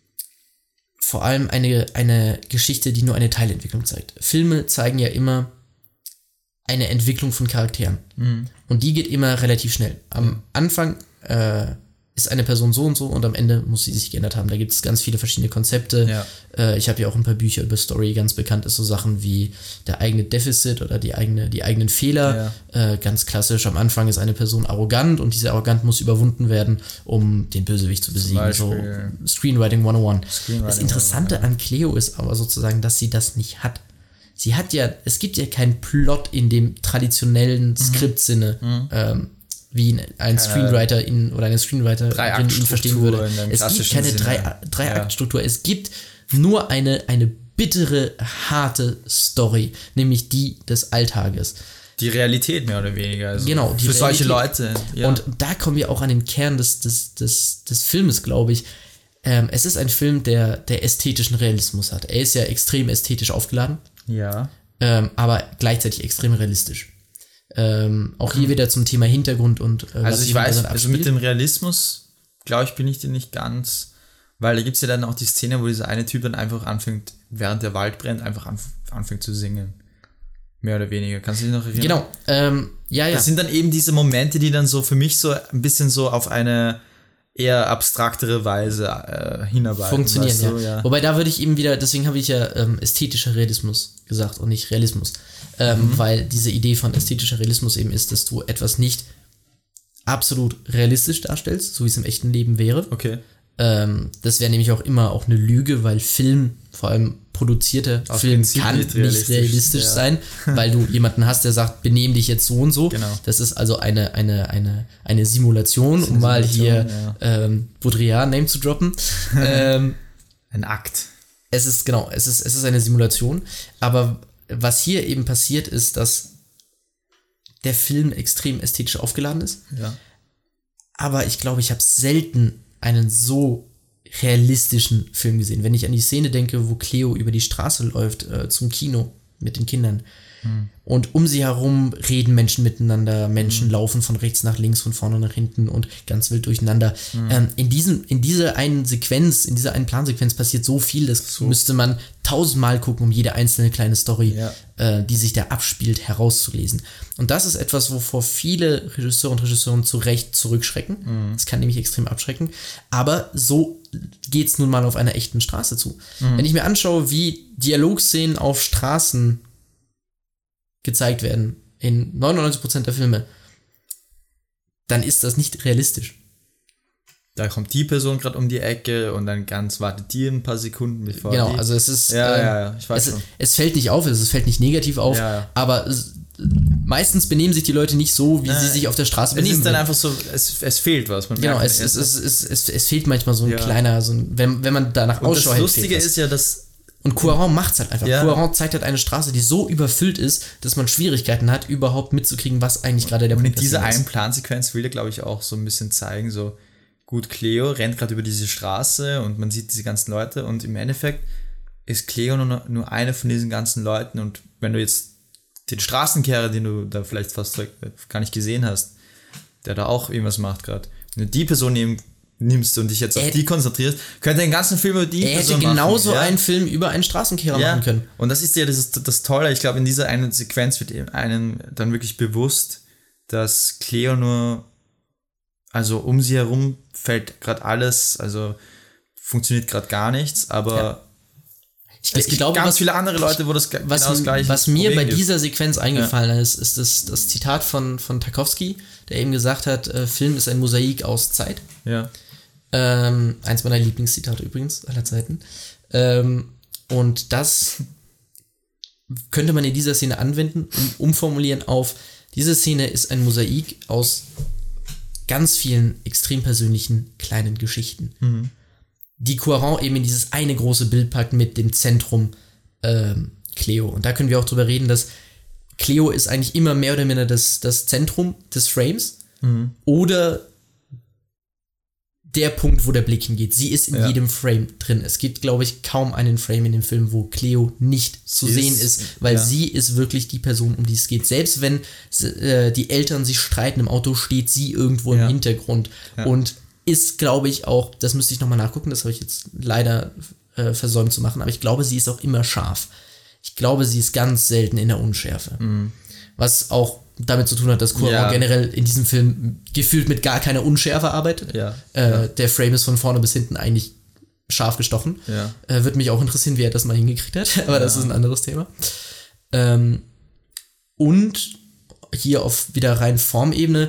vor allem eine Geschichte, die nur eine Teilentwicklung zeigt. Filme zeigen ja immer eine Entwicklung von Charakteren. Und die geht immer relativ schnell. Am Anfang ist eine Person so und so und am Ende muss sie sich geändert haben. Da gibt es ganz viele verschiedene Konzepte. Ja. Ich habe ja auch ein paar Bücher über Story. Ganz bekannt ist so Sachen wie der eigene Defizit oder die eigenen Fehler. Ja. Ganz klassisch, am Anfang ist eine Person arrogant und diese Arroganz muss überwunden werden, um den Bösewicht zu besiegen. So Screenwriting 101. Das Interessante an Cleo ist aber sozusagen, dass sie das nicht hat. Sie hat ja, es gibt ja keinen Plot in dem traditionellen Skriptsinne, wie ein Screenwriter oder eine Screenwriterin ihn verstehen würde. Es gibt keine Drei-Akt-Struktur. Es gibt nur eine bittere, harte Story, nämlich die des Alltages. Die Realität mehr oder weniger. Also genau, für Realität. Solche Leute. Ja. Und da kommen wir auch an den Kern des Filmes, glaube ich. Es ist ein Film, der ästhetischen Realismus hat. Er ist ja extrem ästhetisch aufgeladen. Ja. Aber gleichzeitig extrem realistisch. Auch hier wieder zum Thema Hintergrund und also ich weiß, also mit dem Realismus, glaube ich, bin ich dir nicht ganz, weil da gibt es ja dann auch die Szene, wo dieser eine Typ dann einfach anfängt, während der Wald brennt, einfach anfängt zu singen. Mehr oder weniger. Kannst du dich noch erinnern? Genau. Ja. Das sind dann eben diese Momente, die dann so für mich so ein bisschen so auf eine eher abstraktere Weise hinarbeiten. Funktionieren, weißt du? ja. Wobei da würde ich eben wieder, deswegen habe ich ja ästhetischer Realismus gesagt und nicht Realismus. Weil diese Idee von ästhetischer Realismus eben ist, dass du etwas nicht absolut realistisch darstellst, so wie es im echten Leben wäre. Okay. Das wäre nämlich auch immer auch eine Lüge, weil Film, vor allem produzierter Film, kann nicht realistisch sein, weil du jemanden hast, der sagt, benehm dich jetzt so und so. Genau. Das ist also eine Simulation, um mal hier Baudrillard Name zu droppen. Ein Akt. Es ist eine Simulation, aber was hier eben passiert ist, dass der Film extrem ästhetisch aufgeladen ist. Ja. Aber ich glaube, ich habe selten einen so realistischen Film gesehen. Wenn ich an die Szene denke, wo Cleo über die Straße läuft zum Kino mit den Kindern und um sie herum reden Menschen miteinander, Menschen laufen von rechts nach links, von vorne nach hinten und ganz wild durcheinander. In dieser einen Sequenz, in dieser einen Plansequenz passiert so viel, das müsste man 1000-mal gucken, um jede einzelne kleine Story, die sich da abspielt, herauszulesen. Und das ist etwas, wovor viele Regisseure und Regisseurinnen zu Recht zurückschrecken. Das kann nämlich extrem abschrecken. Aber so geht's nun mal auf einer echten Straße zu. Wenn ich mir anschaue, wie Dialogszenen auf Straßen gezeigt werden, in 99% der Filme, dann ist das nicht realistisch. Da kommt die Person gerade um die Ecke und dann wartet die ein paar Sekunden, bevor genau, also es ist ich weiß schon. Es fällt nicht auf, es fällt nicht negativ auf, aber meistens benehmen sich die Leute nicht so, wie sie sich auf der Straße benehmen. Es ist dann einfach so, es fehlt was. Man genau, es fehlt manchmal so ein kleiner, wenn man danach Ausschau hält. Und das Lustige ist ja, dass und Cuarón macht's halt einfach. Cuarón zeigt halt eine Straße, die so überfüllt ist, dass man Schwierigkeiten hat, überhaupt mitzukriegen, was eigentlich gerade der Punkt ist. Und in dieser einen Plansequenz will er, glaube ich, auch so ein bisschen zeigen, so gut, Cleo rennt gerade über diese Straße und man sieht diese ganzen Leute und im Endeffekt ist Cleo nur eine von diesen ganzen Leuten und wenn du jetzt den Straßenkehrer, den du da vielleicht fast gar nicht gesehen hast, der da auch irgendwas macht gerade, wenn du die Person nimmst und dich jetzt auf die konzentrierst, könnte den ganzen Film über die Person machen. Er hätte genauso einen Film über einen Straßenkehrer machen können. Und das ist ja das Tolle, ich glaube, in dieser einen Sequenz wird einem dann wirklich bewusst, dass Cleo nur, also um sie herum fällt gerade alles, also funktioniert gerade gar nichts, aber es gibt ganz viele andere Leute, wo das genau das Gleiche ist. Was mir bei dieser Sequenz eingefallen ist das Zitat von Tarkovsky, der eben gesagt hat, Film ist ein Mosaik aus Zeit. Ja. Eins meiner Lieblingszitate übrigens aller Zeiten. Und das könnte man in dieser Szene anwenden und umformulieren auf, diese Szene ist ein Mosaik aus ganz vielen extrem persönlichen kleinen Geschichten, die Cuarón eben in dieses eine große Bild packt mit dem Zentrum Cleo. Und da können wir auch drüber reden, dass Cleo ist eigentlich immer mehr oder minder das Zentrum des Frames oder der Punkt, wo der Blick hingeht. Sie ist in jedem Frame drin. Es gibt, glaube ich, kaum einen Frame in dem Film, wo Cleo nicht zu sehen ist, weil sie ist wirklich die Person, um die es geht. Selbst wenn die Eltern sich streiten im Auto, steht sie irgendwo im Hintergrund und ist, glaube ich, auch, das müsste ich nochmal nachgucken, das habe ich jetzt leider versäumt zu machen, aber ich glaube, sie ist auch immer scharf. Ich glaube, sie ist ganz selten in der Unschärfe. Was auch damit zu tun hat, dass Cuarón generell in diesem Film gefühlt mit gar keiner Unschärfe arbeitet. Der Frame ist von vorne bis hinten eigentlich scharf gestochen. Würde mich auch interessieren, wie er das mal hingekriegt hat, aber das ist ein anderes Thema. Und hier auf wieder rein Formebene,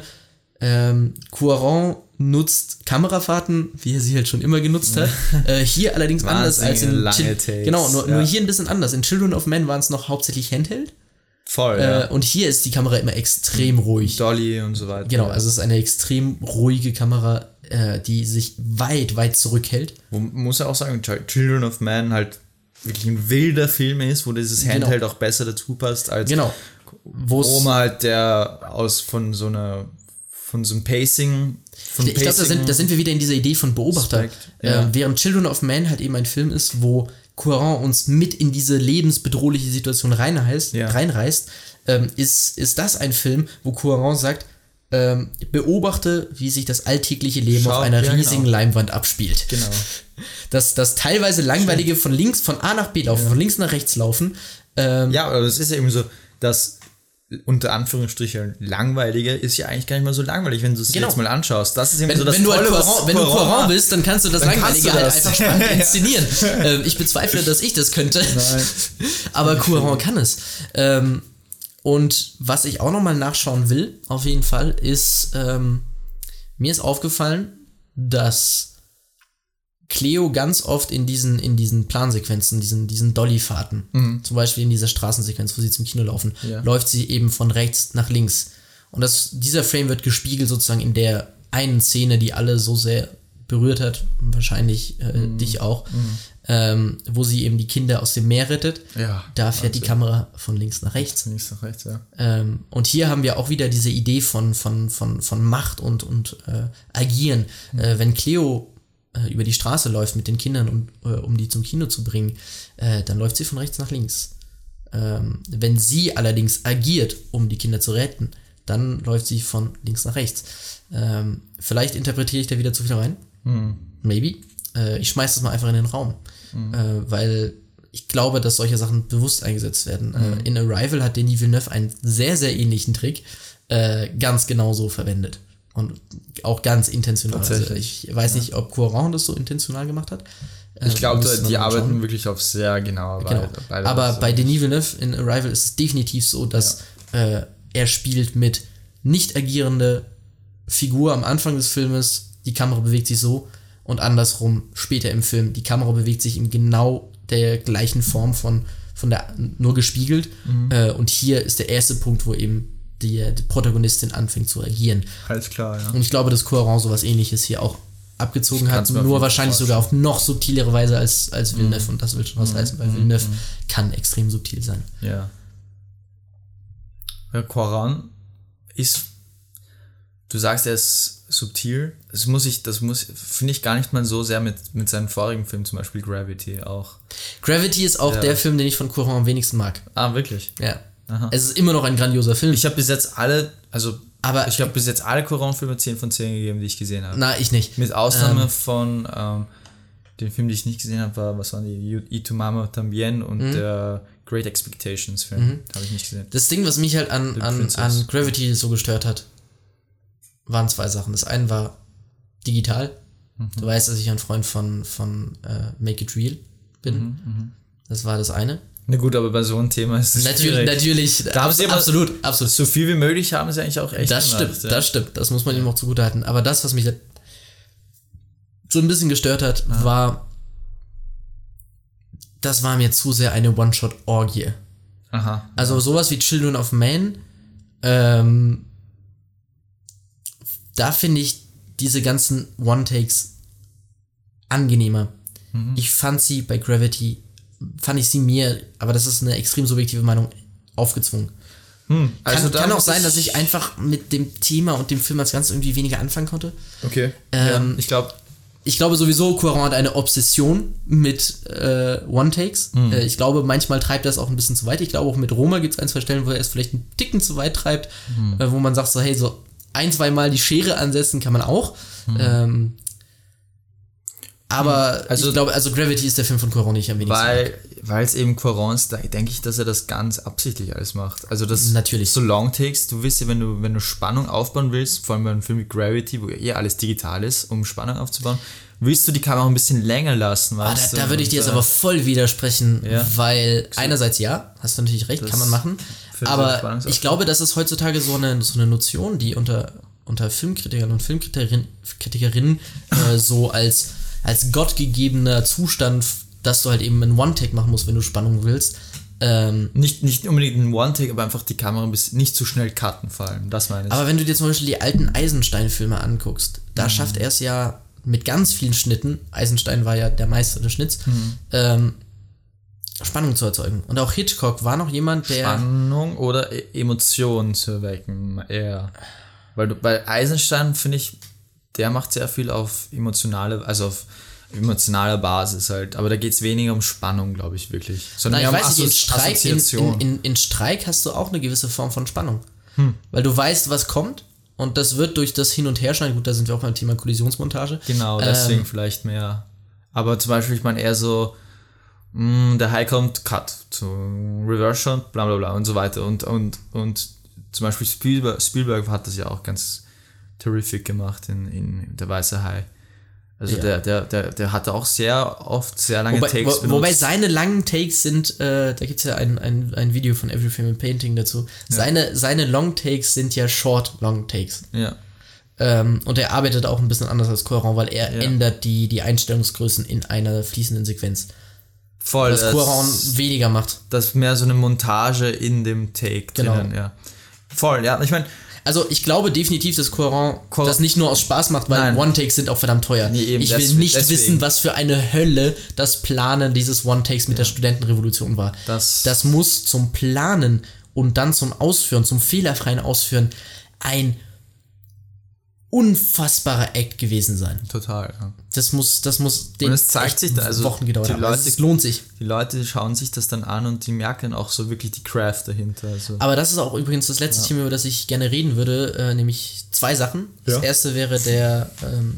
Cuarón nutzt Kamerafahrten, wie er sie halt schon immer genutzt hat. Hier allerdings anders als in nur hier ein bisschen anders. In Children of Men waren es noch hauptsächlich Handheld. Voll, und hier ist die Kamera immer extrem ruhig. Dolly und so weiter. Genau, also es ist eine extrem ruhige Kamera, die sich weit, weit zurückhält. Muss ja auch sagen, Children of Men halt wirklich ein wilder Film ist, wo dieses Handheld auch besser dazu passt, als wo man halt von so einem Pacing. Ich glaube, da sind wir wieder in dieser Idee von Beobachter. Während Children of Men halt eben ein Film ist, wo Cuarón uns mit in diese lebensbedrohliche Situation reinreißt, ist das ein Film, wo Cuarón sagt, beobachte, wie sich das alltägliche Leben auf einer riesigen Leinwand abspielt. Genau. Das teilweise langweilige von A nach B laufen, von links nach rechts laufen. Aber das ist ja eben so, dass unter Anführungsstrichen langweilige ist ja eigentlich gar nicht mal so langweilig, wenn du es jetzt mal anschaust. Das ist irgendwie so das Tolle, wenn du Cuarón bist, dann kannst du das Langweilige halt einfach spannend inszenieren. Ich bezweifle, dass ich das könnte. Nein. Aber Cuarón kann es. Und was ich auch nochmal nachschauen will, auf jeden Fall, ist, mir ist aufgefallen, dass Cleo ganz oft in diesen Plansequenzen, diesen Dolly-Fahrten, zum Beispiel in dieser Straßensequenz, wo sie zum Kino laufen, läuft sie eben von rechts nach links. Und dieser Frame wird gespiegelt sozusagen in der einen Szene, die alle so sehr berührt hat, wahrscheinlich dich auch, wo sie eben die Kinder aus dem Meer rettet. Da fährt die Kamera von links nach rechts. Und hier haben wir auch wieder diese Idee von Macht und Agieren. Wenn Cleo über die Straße läuft mit den Kindern, um die zum Kino zu bringen, dann läuft sie von rechts nach links. Wenn sie allerdings agiert, um die Kinder zu retten, dann läuft sie von links nach rechts. Vielleicht interpretiere ich da wieder zu viel rein. Maybe. Ich schmeiß das mal einfach in den Raum. Weil ich glaube, dass solche Sachen bewusst eingesetzt werden. In Arrival hat Denis Villeneuve einen sehr, sehr ähnlichen Trick ganz genauso verwendet. Und auch ganz intentional. Also ich weiß nicht, ob Cuarón das so intentional gemacht hat. Ich glaube, die arbeiten wirklich auf sehr genaue Weise. Aber bei Denis Villeneuve in Arrival ist es definitiv so, dass er spielt mit nicht agierende Figur am Anfang des Filmes, die Kamera bewegt sich so, und andersrum später im Film. Die Kamera bewegt sich in genau der gleichen Form von der nur gespiegelt. Und hier ist der erste Punkt, wo eben die Protagonistin anfängt zu agieren. Alles klar, ja. Und ich glaube, dass Cuarón sowas Ähnliches hier auch abgezogen hat, nur wahrscheinlich sogar auf noch subtilere Weise als Villeneuve. Und das will schon was heißen, weil Villeneuve kann extrem subtil sein. Ja. Cuarón ist, du sagst, er ist subtil. Das finde ich gar nicht mal so sehr mit seinen vorigen Filmen, zum Beispiel Gravity auch. Gravity ist auch der Film, den ich von Cuarón am wenigsten mag. Ah, wirklich? Ja. Aha. Es ist immer noch ein grandioser Film. Ich habe bis jetzt alle Cuarón-Filme 10 von 10 gegeben, die ich gesehen habe. Na, ich nicht. Mit Ausnahme von den Film, die ich nicht gesehen habe, was waren die? Y Tu Mama Tambien und der Great Expectations Film. Habe ich nicht gesehen. Das Ding, was mich halt an Gravity so gestört hat, waren 2 Sachen. Das eine war digital. Du weißt, dass ich ein Freund von Make It Real bin. Das war das eine. Na gut, aber bei so einem Thema ist es natürlich. Da haben sie absolut. So viel wie möglich haben sie eigentlich auch echt das gemacht. Das stimmt. Das muss man ihm auch zugutehalten. Aber das, was mich so ein bisschen gestört hat, war, das war mir zu sehr eine One-Shot-Orgie. Aha. Also sowas wie Children of Men, da finde ich diese ganzen One-Takes angenehmer. Ich fand sie bei Gravity, aber das ist eine extrem subjektive Meinung, aufgezwungen. Also kann auch sein, dass ich einfach mit dem Thema und dem Film als Ganzes irgendwie weniger anfangen konnte. Okay. Ich glaube sowieso, Cuarón hat eine Obsession mit One-Takes. Ich glaube, manchmal treibt er es auch ein bisschen zu weit. Ich glaube, auch mit Roma gibt es 1, 2 Stellen, wo er es vielleicht einen Ticken zu weit treibt, wo man sagt so, hey, so 1, 2 Mal die Schere ansetzen kann man auch. Aber ich glaube, also Gravity ist der Film von Cuarón, den ich am wenigsten mag. Weil es eben Cuarón ist, da denke ich, dass er das ganz absichtlich alles macht. Also das natürlich. So Longtakes, du wirst ja, wenn du Spannung aufbauen willst, vor allem bei einem Film wie Gravity, wo ja alles digital ist, um Spannung aufzubauen, willst du die Kamera ein bisschen länger lassen. Weißt du? Da würde ich dir jetzt aber voll widersprechen, weil einerseits hast du natürlich recht, kann man machen, aber ich glaube, das ist heutzutage so eine Notion, die unter Filmkritikern und Filmkritikerinnen so als gottgegebener Zustand, dass du halt eben einen One-Take machen musst, wenn du Spannung willst. Nicht unbedingt ein One-Take, aber einfach die Kamera nicht zu schnell cutten, vor allem. Das meine ich. Aber wenn du dir zum Beispiel die alten Eisenstein-Filme anguckst, da schafft er es ja mit ganz vielen Schnitten, Eisenstein war ja der Meister des Schnitts, Spannung zu erzeugen. Und auch Hitchcock war noch jemand, der... Spannung oder Emotionen zu erwecken, eher. Weil bei Eisenstein, finde ich, der macht sehr viel auf emotionaler Basis halt. Aber da geht es weniger um Spannung, glaube ich, wirklich. Sondern ich weiß nicht, in Streik hast du auch eine gewisse Form von Spannung. Weil du weißt, was kommt und das wird durch das Hin- und Herschneiden, gut, da sind wir auch beim Thema Kollisionsmontage. Genau, deswegen vielleicht mehr. Aber zum Beispiel, ich meine eher so, der High kommt, Cut, zu Reverse Shot, bla bla bla und so weiter. Und zum Beispiel Spielberg hat das ja auch ganz terrific gemacht in Der Weiße Hai. Also der hatte auch sehr oft sehr lange Takes benutzt. Wobei seine langen Takes sind, da gibt es ja ein Video von Every Frame in Painting dazu, seine Long Takes sind ja Short Long Takes. Ja. Und er arbeitet auch ein bisschen anders als Cuarón, weil er ändert die Einstellungsgrößen in einer fließenden Sequenz. Voll. Was Cuarón weniger macht. Das ist mehr so eine Montage in dem Take drinnen, ja. Voll, ja. Ich meine, also ich glaube definitiv, dass Cuarón das nicht nur aus Spaß macht, weil One-Takes sind auch verdammt teuer. Nee, eben, ich will nicht wissen, was für eine Hölle das Planen dieses One-Takes mit der Studentenrevolution war. Das muss zum Planen und dann zum Ausführen, zum fehlerfreien Ausführen ein unfassbarer Act gewesen sein. Total, ja. Das muss und es zeigt sich, also Wochen gedauert haben. Es lohnt sich. Die Leute schauen sich das dann an und die merken auch so wirklich die Craft dahinter. Also. Aber das ist auch übrigens das letzte Thema, über das ich gerne reden würde, nämlich 2 Sachen. Das erste wäre der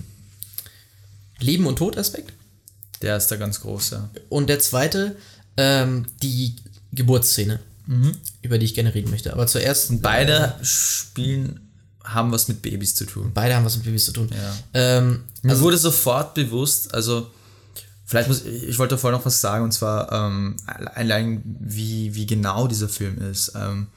Leben- und Tod-Aspekt. Der ist da ganz groß, ja. Und der zweite, die Geburtsszene, über die ich gerne reden möchte. Aber zuerst... Und beide haben was mit Babys zu tun. Beide haben was mit Babys zu tun. Ja. Mir wurde sofort bewusst, also ich wollte vorher noch was sagen, und zwar allein wie genau dieser Film ist.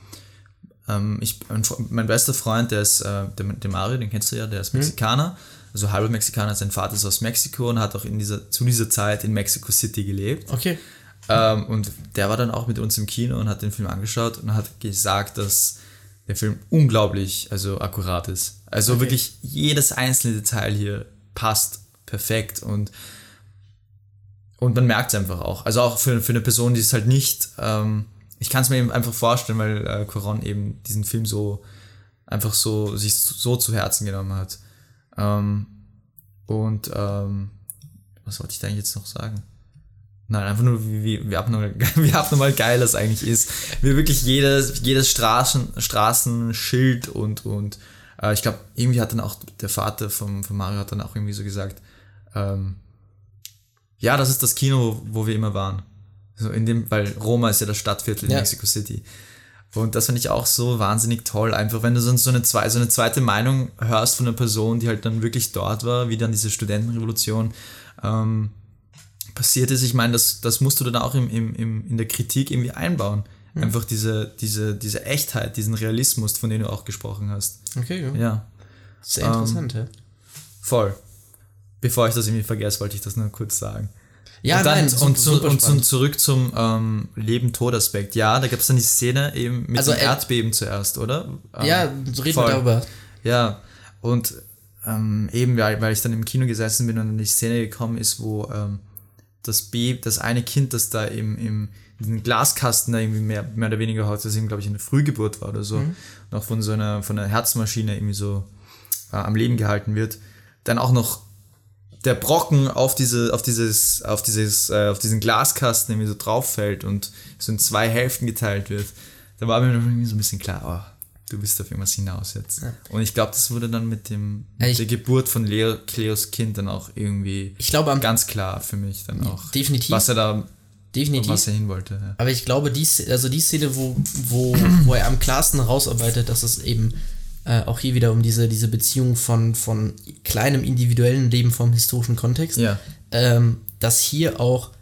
Mein bester Freund, der ist der Mario, den kennst du ja, der ist Mexikaner, also halber Mexikaner, sein Vater ist aus Mexiko und hat auch zu dieser Zeit in Mexico City gelebt. Okay. Und der war dann auch mit uns im Kino und hat den Film angeschaut und hat gesagt, dass der Film unglaublich akkurat ist. Also wirklich jedes einzelne Detail hier passt perfekt und man merkt es einfach auch. Also auch für eine Person, die es halt nicht, ich kann es mir eben einfach vorstellen, weil Cuarón eben diesen Film so einfach so sich so zu Herzen genommen hat. Was wollte ich da eigentlich jetzt noch sagen? Nein, einfach nur, wie abnormal geil das eigentlich ist. Wie wirklich jedes Straßenschild und ich glaube, irgendwie hat dann auch der Vater von Mario hat dann auch irgendwie so gesagt, ja, das ist das Kino, wo wir immer waren. So weil Roma ist ja das Stadtviertel in Mexico City. Und das finde ich auch so wahnsinnig toll, einfach wenn du so eine zweite Meinung hörst von einer Person, die halt dann wirklich dort war, wie dann diese Studentenrevolution passiert ist. Ich meine, das musst du dann auch in der Kritik irgendwie einbauen. Einfach diese Echtheit, diesen Realismus, von dem du auch gesprochen hast. Okay, ja. Sehr interessant, ja. Voll. Bevor ich das irgendwie vergesse, wollte ich das nur kurz sagen. Ja, und zurück zum Leben-Tod-Aspekt. Ja, da gab es dann die Szene eben mit dem Erdbeben zuerst, oder? Ja, so reden wir darüber. Ja, und eben, weil ich dann im Kino gesessen bin und in die Szene gekommen ist, wo das eine Kind, das da in diesen Glaskasten da irgendwie mehr oder weniger hat, das eben, glaube ich, eine Frühgeburt war oder so, noch von einer Herzmaschine irgendwie so am Leben gehalten wird, dann auch noch der Brocken auf diesen Glaskasten irgendwie so drauf fällt und so in 2 Hälften geteilt wird, da war mir irgendwie so ein bisschen klar, du bist auf irgendwas hinaus jetzt. Ja. Und ich glaube, das wurde dann mit der Geburt von Cleos Kind dann auch irgendwie ganz klar für mich dann auch. Definitiv. Was er hin wollte. Ja. Aber ich glaube, die Szene, wo er am klarsten rausarbeitet, dass es eben auch hier wieder um diese Beziehung von kleinem individuellen Leben vom historischen Kontext, dass hier auch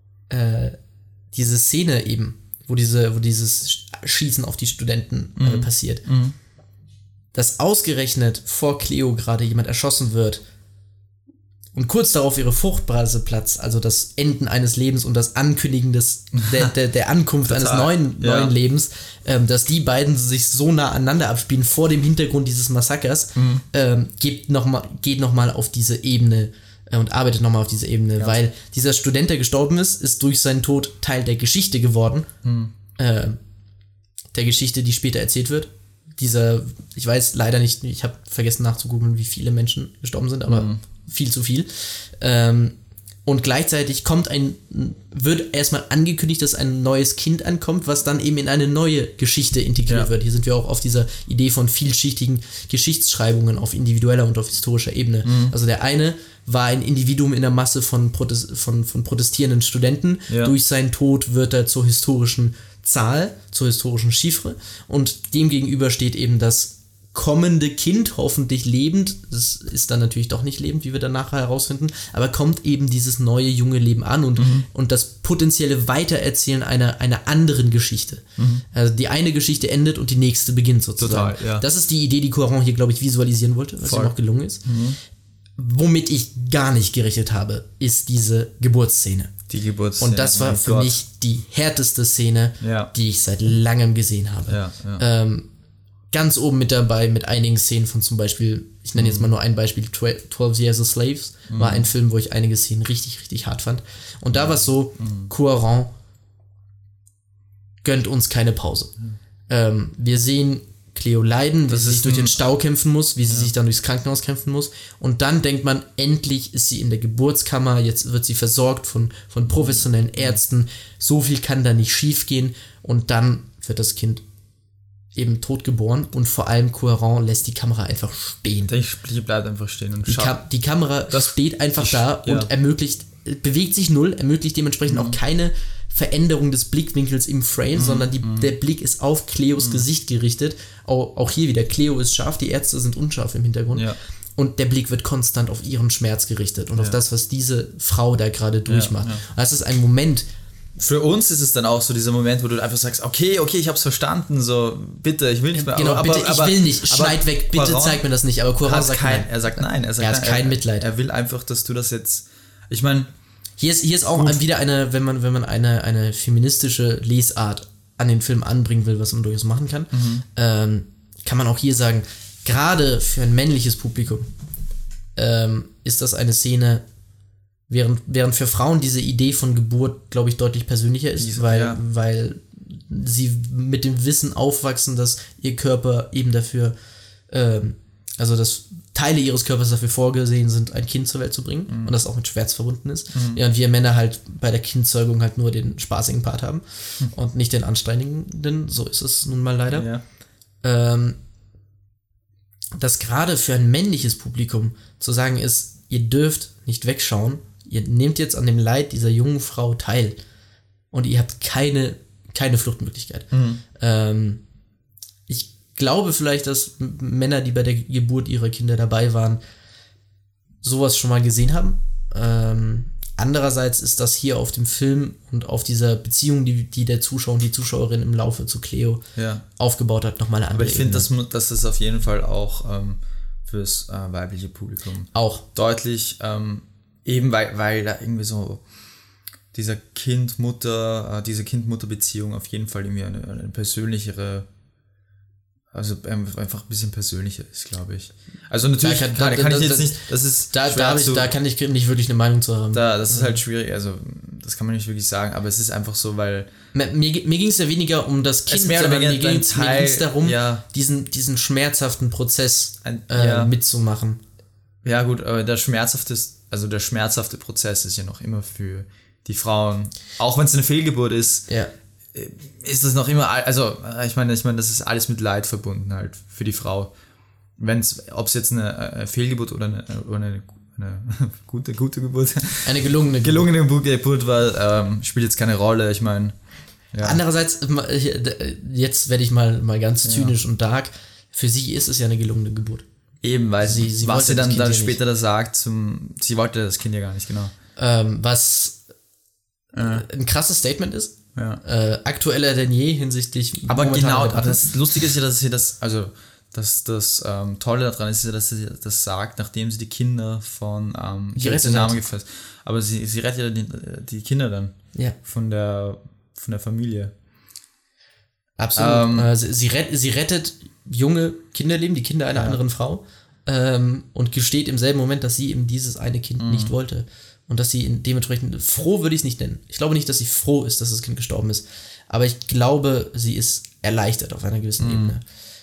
diese Szene eben, wo dieses Schießen auf die Studenten passiert, dass ausgerechnet vor Cleo gerade jemand erschossen wird und kurz darauf ihre Fruchtblase platzt, also das Enden eines Lebens und das Ankündigen der Ankunft eines neuen Lebens, dass die beiden sich so nah aneinander abspielen vor dem Hintergrund dieses Massakers, geht noch mal auf diese Ebene und arbeitet nochmal auf diese Ebene, weil dieser Student, der gestorben ist durch seinen Tod Teil der Geschichte geworden, der Geschichte, die später erzählt wird. Ich weiß leider nicht, ich habe vergessen nachzugoogeln, wie viele Menschen gestorben sind, aber viel zu viel. Und gleichzeitig wird erstmal angekündigt, dass ein neues Kind ankommt, was dann eben in eine neue Geschichte integriert wird. Hier sind wir auch auf dieser Idee von vielschichtigen Geschichtsschreibungen auf individueller und auf historischer Ebene. Also der eine war ein Individuum in der Masse von protestierenden Studenten. Ja. Durch seinen Tod wird er zur historischen Zahl, zur historischen Chiffre. Und dem gegenüber steht eben das kommende Kind, hoffentlich lebend, das ist dann natürlich doch nicht lebend, wie wir dann nachher herausfinden, aber kommt eben dieses neue, junge Leben an und das potenzielle Weitererzählen einer anderen Geschichte. Also die eine Geschichte endet und die nächste beginnt sozusagen. Total, ja. Das ist die Idee, die Cuarón hier, glaube ich, visualisieren wollte, was ihm auch gelungen ist. Womit ich gar nicht gerechnet habe, ist diese Geburtsszene. Die Geburtsszene. Und das war für mich die härteste Szene, die ich seit langem gesehen habe. Ganz oben mit dabei mit einigen Szenen von zum Beispiel, ich nenne jetzt mal nur ein Beispiel, 12 Years a Slaves, war ein Film, wo ich einige Szenen richtig, richtig hart fand. Und da war es so, Cuarón gönnt uns keine Pause. Wir sehen Cleo leiden, wie sie sich durch den Stau kämpfen muss, wie sie sich dann durchs Krankenhaus kämpfen muss. Und dann denkt man, endlich ist sie in der Geburtskammer, jetzt wird sie versorgt von professionellen Ärzten. So viel kann da nicht schief gehen. Und dann wird das Kind eben tot geboren und vor allem Cuarón lässt die Kamera einfach stehen. Die bleibt einfach stehen und schaut. Die Kamera steht einfach da und bewegt sich null, ermöglicht dementsprechend auch keine Veränderung des Blickwinkels im Frame, sondern der Blick ist auf Cleos Gesicht gerichtet. Auch hier wieder, Cleo ist scharf, die Ärzte sind unscharf im Hintergrund. Ja. Und der Blick wird konstant auf ihren Schmerz gerichtet und auf das, was diese Frau da gerade durchmacht. Das ist ein Moment. Für uns ist es dann auch so dieser Moment, wo du einfach sagst, okay, ich hab's verstanden, so, bitte, ich will nicht mehr. Genau, bitte, ich will nicht, schneid weg, bitte zeig mir das nicht, aber Cuarón sagt nein. Er sagt nein. Er hat kein Mitleid. Er will einfach, dass du das jetzt, ich meine... Hier ist auch wieder wenn man eine feministische Lesart an den Film anbringen will, was man durchaus machen kann, kann man auch hier sagen, gerade für ein männliches Publikum ist das eine Szene, während für Frauen diese Idee von Geburt, glaube ich, deutlich persönlicher ist, weil sie mit dem Wissen aufwachsen, dass ihr Körper eben dafür also dass Teile ihres Körpers dafür vorgesehen sind, ein Kind zur Welt zu bringen und das auch mit Schmerz verbunden ist. Während wir Männer halt bei der Kindzeugung halt nur den spaßigen Part haben und nicht den anstrengenden. So ist es nun mal leider. Ja. Dass gerade für ein männliches Publikum zu sagen ist, ihr dürft nicht wegschauen, ihr nehmt jetzt an dem Leid dieser jungen Frau teil und ihr habt keine Fluchtmöglichkeit. Ich glaube vielleicht, dass Männer, die bei der Geburt ihrer Kinder dabei waren, sowas schon mal gesehen haben. Andererseits ist das hier auf dem Film und auf dieser Beziehung, die der Zuschauer und die Zuschauerin im Laufe zu Cleo aufgebaut hat, nochmal eine andere Aber ich finde, das ist auf jeden Fall auch fürs weibliche Publikum auch deutlich, eben weil da irgendwie so diese Kind-Mutter-Beziehung auf jeden Fall irgendwie eine persönlichere, also einfach ein bisschen persönlicher ist, glaube ich. Also natürlich kann ich jetzt nicht, das ist da kann ich nicht wirklich eine Meinung zu haben. Das ist halt schwierig, also das kann man nicht wirklich sagen, aber es ist einfach so, weil mir ging es ja weniger um das Kind, sondern mir ging es darum, diesen schmerzhaften Prozess mitzumachen. Ja gut, aber der schmerzhafte Prozess ist ja noch immer für die Frauen, auch wenn es eine Fehlgeburt ist, ist das noch immer, also ich meine, das ist alles mit Leid verbunden halt für die Frau. Ob es jetzt eine Fehlgeburt oder eine gute Geburt, eine gelungene Geburt war, spielt jetzt keine Rolle, ich meine. Ja. Andererseits, jetzt werde ich mal ganz zynisch und dark, für sie ist es ja eine gelungene Geburt. Eben, weil was sie dann später da sagt, sie wollte das Kind ja gar nicht, genau. Was ein krasses Statement ist. Ja. Aktueller denn je hinsichtlich. Aber genau, das Lustige ist ja, dass sie das, also das Tolle daran ist ja, dass sie das sagt, nachdem sie die Kinder von den Namen gefasst. Aber sie rettet ja die Kinder dann von der Familie. Absolut. Sie rettet junge Kinderleben, die Kinder einer anderen Frau, und gesteht im selben Moment, dass sie eben dieses eine Kind nicht wollte. Und dass sie dementsprechend, froh würde ich es nicht nennen. Ich glaube nicht, dass sie froh ist, dass das Kind gestorben ist. Aber ich glaube, sie ist erleichtert auf einer gewissen Ebene.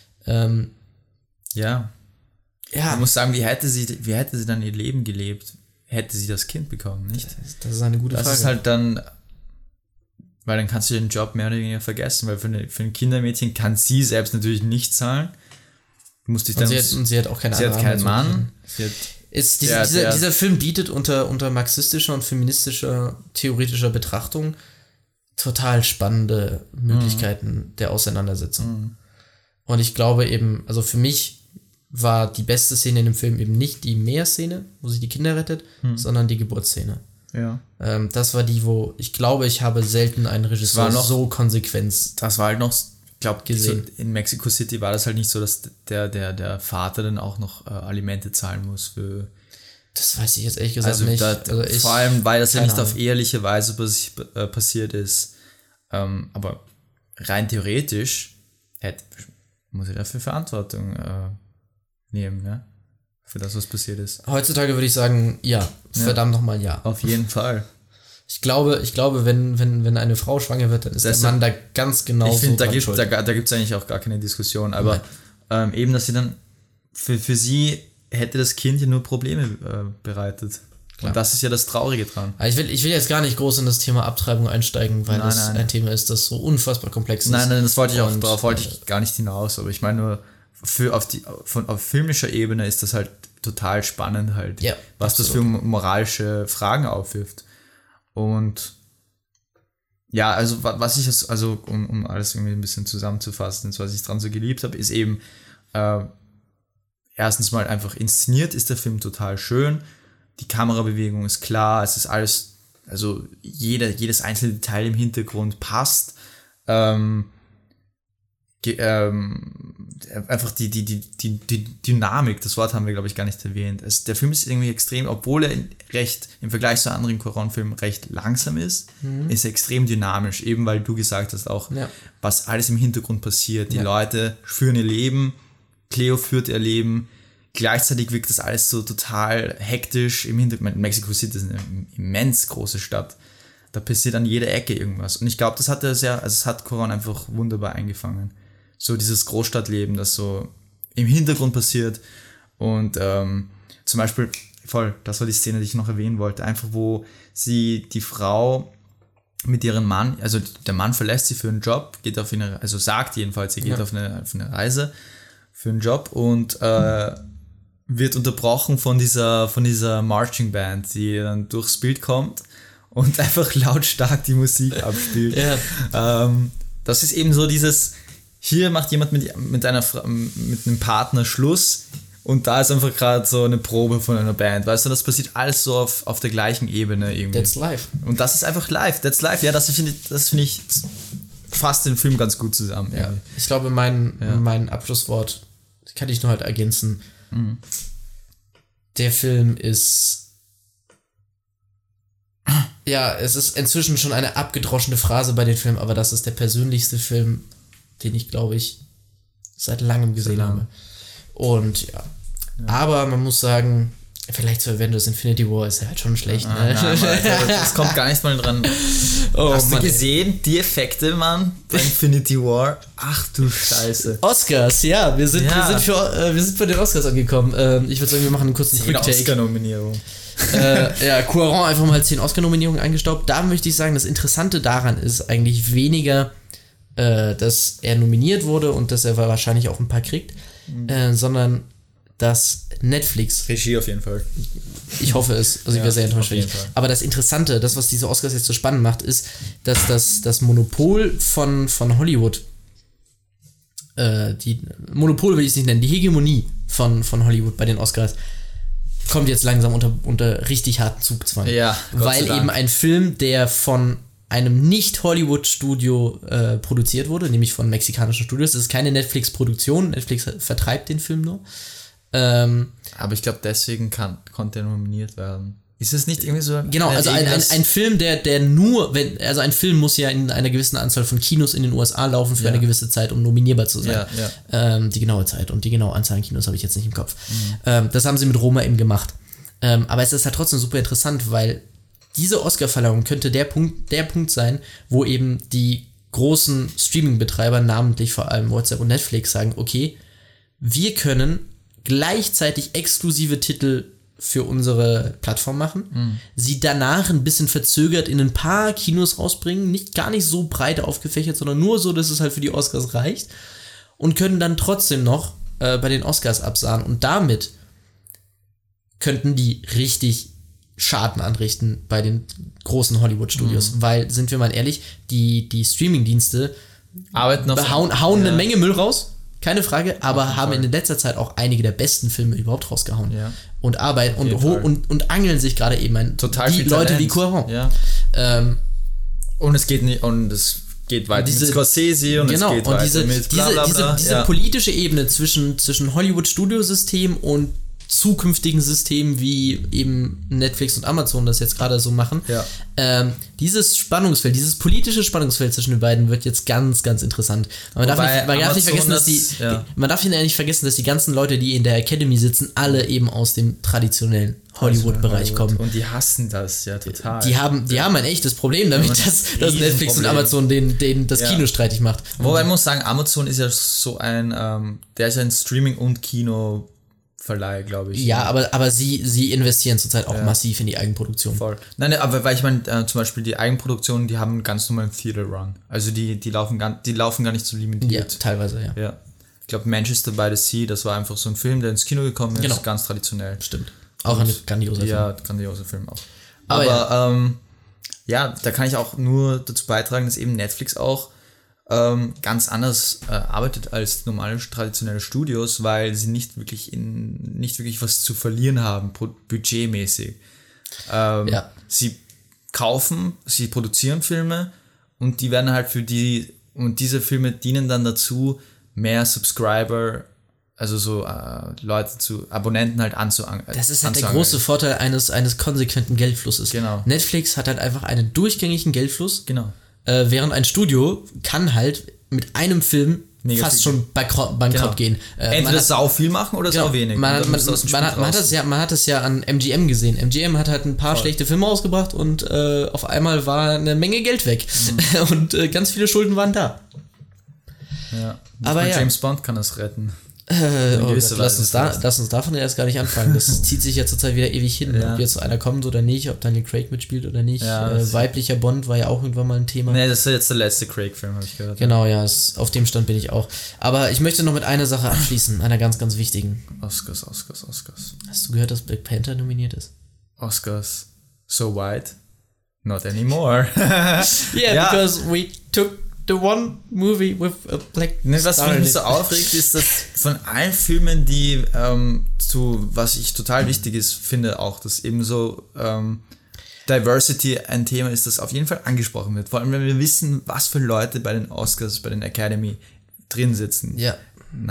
Ja. Man muss sagen, wie hätte sie dann ihr Leben gelebt, hätte sie das Kind bekommen, nicht? Das ist eine gute Frage. Das ist halt dann, weil dann kannst du den Job mehr oder weniger vergessen, weil für ein Kindermädchen kann sie selbst natürlich nicht zahlen. Sie hat auch keine Ahnung. Sie hat keinen Mann. Dieser Film bietet unter marxistischer und feministischer theoretischer Betrachtung total spannende Möglichkeiten der Auseinandersetzung. Und ich glaube eben, also für mich war die beste Szene in dem Film eben nicht die Meerszene, wo sie die Kinder rettet, sondern die Geburtsszene. Ja. Das war die, wo ich glaube, ich habe selten einen Regisseur so konsequent. Das war halt noch, ich glaube, in Mexico City war das halt nicht so, dass der Vater dann auch noch Alimente zahlen muss für. Das weiß ich jetzt ehrlich gesagt nicht. Vor allem, weil das ja nicht auf ehrliche Weise passiert ist. Aber rein theoretisch muss er dafür Verantwortung nehmen, ne? Für das, was passiert ist. Heutzutage würde ich sagen, verdammt nochmal ja. Auf jeden Fall. Ich glaube, wenn eine Frau schwanger wird, dann ist der Mann da ganz genau. Ich finde, da gibt es eigentlich auch gar keine Diskussion. Aber eben, dass sie dann für sie hätte das Kind ja nur Probleme bereitet. Klar. Und das ist ja das Traurige dran. Ich will jetzt gar nicht groß in das Thema Abtreibung einsteigen, weil das ein Thema ist, das so unfassbar komplex ist. Nein, darauf wollte ich gar nicht hinaus. Aber ich meine nur, auf filmischer Ebene ist das halt total spannend halt, was das für moralische Fragen aufwirft. Und ja, also was ich, also um alles irgendwie ein bisschen zusammenzufassen, was ich dran so geliebt habe, ist eben erstens mal einfach inszeniert ist der Film total schön, die Kamerabewegung ist klar, es ist alles, also jedes einzelne Detail im Hintergrund passt, einfach die Dynamik, das Wort haben wir, glaube ich, gar nicht erwähnt. Der Film ist irgendwie extrem, obwohl er im Vergleich zu anderen Cuarón-Filmen recht langsam ist, ist er extrem dynamisch, eben weil du gesagt hast auch, was alles im Hintergrund passiert. Die Leute führen ihr Leben, Cleo führt ihr Leben, gleichzeitig wirkt das alles so total hektisch im Hintergrund. Mexico City ist eine immens große Stadt. Da passiert an jeder Ecke irgendwas. Und ich glaube, das hat Cuarón einfach wunderbar eingefangen. So dieses Großstadtleben, das so im Hintergrund passiert. Und zum Beispiel, das war die Szene, die ich noch erwähnen wollte, einfach wo die Frau mit ihrem Mann, also der Mann verlässt sie für einen Job, geht auf eine, also sagt jedenfalls, sie geht auf eine Reise für einen Job und wird unterbrochen von dieser Marching Band, die dann durchs Bild kommt und einfach lautstark die Musik abspielt. Das ist eben so dieses, hier macht jemand mit einem Partner Schluss und da ist einfach gerade so eine Probe von einer Band, weißt du, das passiert alles so auf der gleichen Ebene irgendwie. That's life. Und das ist einfach live, that's life, ja, das finde ich fasst den Film ganz gut zusammen. Ja. Ich glaube, mein Abschlusswort kann ich nur halt ergänzen. Der Film ist, ja, es ist inzwischen schon eine abgedroschene Phrase bei den Filmen, aber das ist der persönlichste Film, den ich, glaube ich, seit langem gesehen habe. Und ja, aber man muss sagen, vielleicht zu Avengers Infinity War ist ja halt schon schlecht. Ne? Das kommt gar nicht mal dran. Hast du gesehen, die Effekte, Mann, bei Infinity War? Ach du Scheiße. Oscars, ja, wir sind bei den Oscars angekommen. Ich würde sagen, wir machen einen kurzen Quick-Take. Oscar-Nominierung. Cuarón einfach mal 10 Oscar-Nominierungen eingestaubt. Da möchte ich sagen, das Interessante daran ist eigentlich weniger, dass er nominiert wurde und dass er wahrscheinlich auch ein paar kriegt, sondern dass Netflix... Regie auf jeden Fall. Ich hoffe es. Also ich wäre sehr enttäuscht. Aber das Interessante, das, was diese Oscars jetzt so spannend macht, ist, dass das Monopol von Hollywood, Monopol will ich es nicht nennen, die Hegemonie von Hollywood bei den Oscars, kommt jetzt langsam unter richtig harten Zugzwang. Ja, weil eben ein Film, der von einem Nicht-Hollywood-Studio produziert wurde, nämlich von mexikanischen Studios, das ist keine Netflix-Produktion, Netflix vertreibt den Film nur. Aber ich glaube, deswegen konnte er nominiert werden. Ist es nicht irgendwie so? Genau, also ein Film, der nur, also ein Film muss ja in einer gewissen Anzahl von Kinos in den USA laufen für eine gewisse Zeit, um nominierbar zu sein. Die genaue Zeit und die genaue Anzahl an Kinos habe ich jetzt nicht im Kopf. Das haben sie mit Roma eben gemacht. Aber es ist halt trotzdem super interessant, weil diese Oscar-Verleihung könnte der Punkt sein, wo eben die großen Streaming-Betreiber, namentlich vor allem WhatsApp und Netflix, sagen, okay, wir können gleichzeitig exklusive Titel für unsere Plattform machen, sie danach ein bisschen verzögert in ein paar Kinos rausbringen, gar nicht so breit aufgefächert, sondern nur so, dass es halt für die Oscars reicht und können dann trotzdem noch bei den Oscars absahen und damit könnten die richtig Schaden anrichten bei den großen Hollywood-Studios, weil, sind wir mal ehrlich, die Streaming-Dienste hauen eine Menge Müll raus, keine Frage, aber haben in letzter Zeit auch einige der besten Filme überhaupt rausgehauen und arbeiten und angeln sich gerade eben die Leute wie Cuarón. Ja. Und es geht nicht, und es geht weiter mit Scorsese und es geht weiter mit blablabla. Diese politische Ebene zwischen Hollywood-Studiosystem und zukünftigen Systemen wie eben Netflix und Amazon das jetzt gerade so machen. Dieses Spannungsfeld, dieses politische Spannungsfeld zwischen den beiden wird jetzt ganz, ganz interessant. Man darf nicht vergessen, dass die ganzen Leute, die in der Academy sitzen, alle eben aus dem traditionellen Hollywood-Bereich kommen. Und die hassen das ja total. Die haben ein echtes Problem damit, dass Netflix und Amazon das Kino streitig macht. Wobei man muss sagen, Amazon ist ja so der ist ja ein Streaming- und Kino Verleih, glaube ich. Ja, aber sie investieren zurzeit auch massiv in die Eigenproduktion. Voll. Nein, aber weil ich meine, zum Beispiel die Eigenproduktionen, die haben einen ganz normalen Theater-Run. Also die laufen gar nicht so limitiert. Ja, teilweise, ja. Ich glaube, Manchester by the Sea, das war einfach so ein Film, der ins Kino gekommen ist, ganz traditionell. Stimmt. Auch ein grandioser Film. Ja, grandioser Film auch. Aber da kann ich auch nur dazu beitragen, dass eben Netflix auch ganz anders arbeitet als normale traditionelle Studios, weil sie nicht wirklich was zu verlieren haben, budgetmäßig. Sie produzieren Filme und die werden halt und diese Filme dienen dann dazu, mehr Subscriber, also so Abonnenten halt anzuangeln. Das ist halt der große Vorteil eines konsequenten Geldflusses. Genau. Netflix hat halt einfach einen durchgängigen Geldfluss. Genau. Während ein Studio kann halt mit einem Film fast schon bankrott gehen. Entweder sau viel machen oder sau wenig. Man hat es ja an MGM gesehen. MGM hat halt ein paar schlechte Filme ausgebracht und auf einmal war eine Menge Geld weg. Und ganz viele Schulden waren da. Ja. Aber James Bond kann das retten. Oh Gott, lass uns davon erst gar nicht anfangen. Das zieht sich ja zurzeit wieder ewig hin. Ja. Ob jetzt einer kommt oder nicht, ob Daniel Craig mitspielt oder nicht. Ja, weiblicher Bond war ja auch irgendwann mal ein Thema. Nee, das ist jetzt der letzte Craig-Film, habe ich gehört. Genau, ja, auf dem Stand bin ich auch. Aber ich möchte noch mit einer Sache abschließen, einer ganz, ganz wichtigen. Oscars. Hast du gehört, dass Black Panther nominiert ist? Oscars, so white, not anymore. Yeah, because we took the one movie with a black was mich so aufregt, ist, dass von allen Filmen, die was ich total wichtig ist, finde auch, dass eben so Diversity ein Thema ist, das auf jeden Fall angesprochen wird. Vor allem, wenn wir wissen, was für Leute bei den Oscars, bei den Academy drin sitzen. Ja.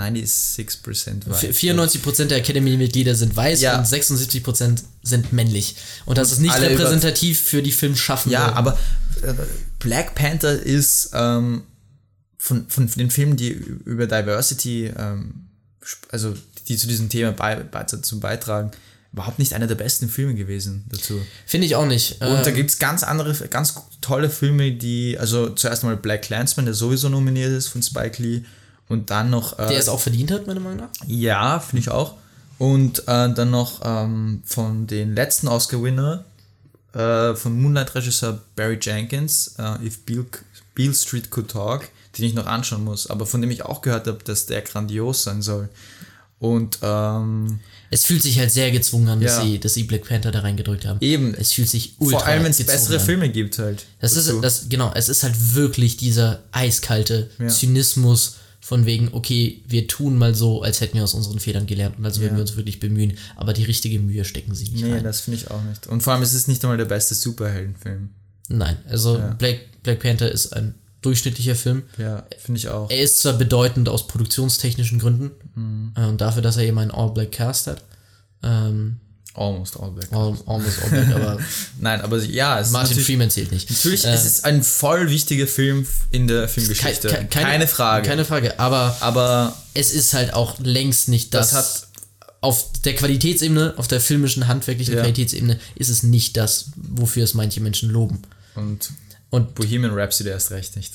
96% weiß. 94% der Academy-Mitglieder sind weiß und 76% sind männlich. Und das ist nicht repräsentativ für die Filmschaffenden. Ja, aber Black Panther ist von den Filmen, die über Diversity, also die zu diesem Thema dazu beitragen, überhaupt nicht einer der besten Filme gewesen dazu. Finde ich auch nicht. Und da gibt es ganz tolle Filme, also zuerst mal Black Klansman, der sowieso nominiert ist von Spike Lee. Und dann noch... der es auch verdient hat, meiner Meinung nach? Ja, finde ich auch. Und dann noch von den letzten Oscar-Winner von Moonlight-Regisseur Barry Jenkins, If Beale Street Could Talk, den ich noch anschauen muss, aber von dem ich auch gehört habe, dass der grandios sein soll. Und es fühlt sich halt sehr gezwungen an, dass sie Black Panther da reingedrückt haben. Eben. Es fühlt sich ultra vor allem, wenn es bessere Filme gibt halt. Es ist halt wirklich dieser eiskalte Zynismus von wegen, okay, wir tun mal so, als hätten wir aus unseren Fehlern gelernt und als würden wir uns wirklich bemühen, aber die richtige Mühe stecken sie nicht rein. Nee, das finde ich auch nicht. Und vor allem ist es nicht einmal der beste Superheldenfilm. Nein, also Black Panther ist ein durchschnittlicher Film. Ja, finde ich auch. Er ist zwar bedeutend aus produktionstechnischen Gründen und dafür, dass er eben einen All-Black-Cast hat. Almost All Black. Almost All Black, aber... Nein, aber ja... Martin Freeman zählt nicht. Natürlich, es ist ein voll wichtiger Film in der Filmgeschichte. Keine Frage. Keine Frage, aber es ist halt auch längst nicht das auf der Qualitätsebene, auf der filmischen, handwerklichen Qualitätsebene ist es nicht das, wofür es manche Menschen loben. Und Bohemian Rhapsody erst recht nicht.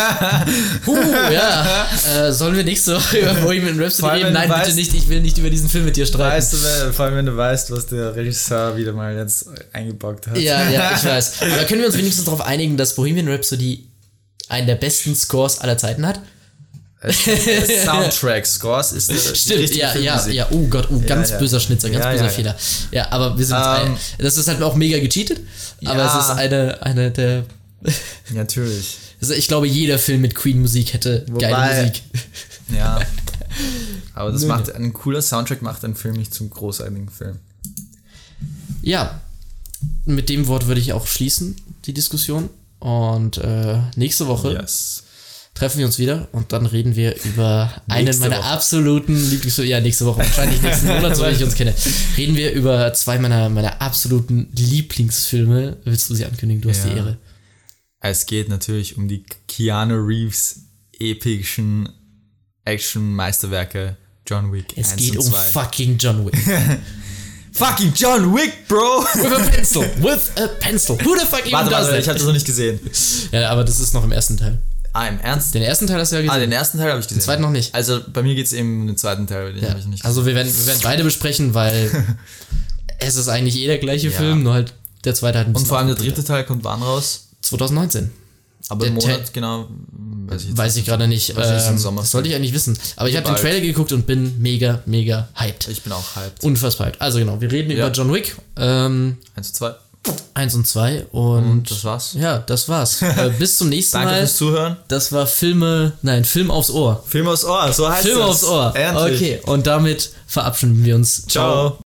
Sollen wir nächste Woche über Bohemian Rhapsody reden? Nein, bitte nicht, ich will nicht über diesen Film mit dir streiten. Vor allem, wenn du weißt, was der Regisseur wieder mal jetzt eingebaut hat. Ja, ich weiß. Aber können wir uns wenigstens darauf einigen, dass Bohemian Rhapsody einen der besten Scores aller Zeiten hat? Soundtrack-Scores ist stimmt, ja, oh Gott, ganz böser Schnitzer, ganz böser Fehler. Ja, aber wir sind, das ist halt auch mega gecheatet, aber es ist eine der... Natürlich. Also ich glaube, jeder Film mit Queen-Musik hätte geile Musik. Ja. Aber ein cooler Soundtrack macht einen Film nicht zum großartigen Film. Ja. Mit dem Wort würde ich auch schließen, die Diskussion. Und nächste Woche treffen wir uns wieder und dann reden wir über einen meiner absoluten Lieblingsfilme. Ja, nächste Woche, wahrscheinlich nächsten Monat, so wie ich uns kenne. Reden wir über zwei meiner absoluten Lieblingsfilme. Willst du sie ankündigen? Du hast die Ehre. Es geht natürlich um die Keanu Reeves epischen Action-Meisterwerke John Wick 1 und 2. Es geht um fucking John Wick. Fucking John Wick, Bro! With a pencil. Who the fuck even does that? Ich hab das noch nicht gesehen. Ja, aber das ist noch im ersten Teil. Im Ernst? Den ersten Teil hast du ja gesehen. Den ersten Teil habe ich gesehen. Den zweiten noch nicht. Also bei mir geht's eben um den zweiten Teil, den habe ich noch nicht gesehen. Also wir werden beide besprechen, weil es ist eigentlich der gleiche Film, nur halt der zweite hat ein bisschen. Und vor allem der dritte Teil kommt wann raus? 2019. Aber im Monat genau weiß ich gerade nicht. Das sollte ich eigentlich wissen. Aber ich habe den Trailer geguckt und bin mega, mega hyped. Ich bin auch hyped. Unfassbar hyped. Also genau, wir reden über John Wick. 1 und 2. 1 und 2 und das war's. Ja, das war's. Bis zum nächsten Mal. Danke fürs Zuhören. Das war Film aufs Ohr. Film aufs Ohr, so heißt es. Film aufs Ohr. Endlich. Okay, und damit verabschieden wir uns. Ciao.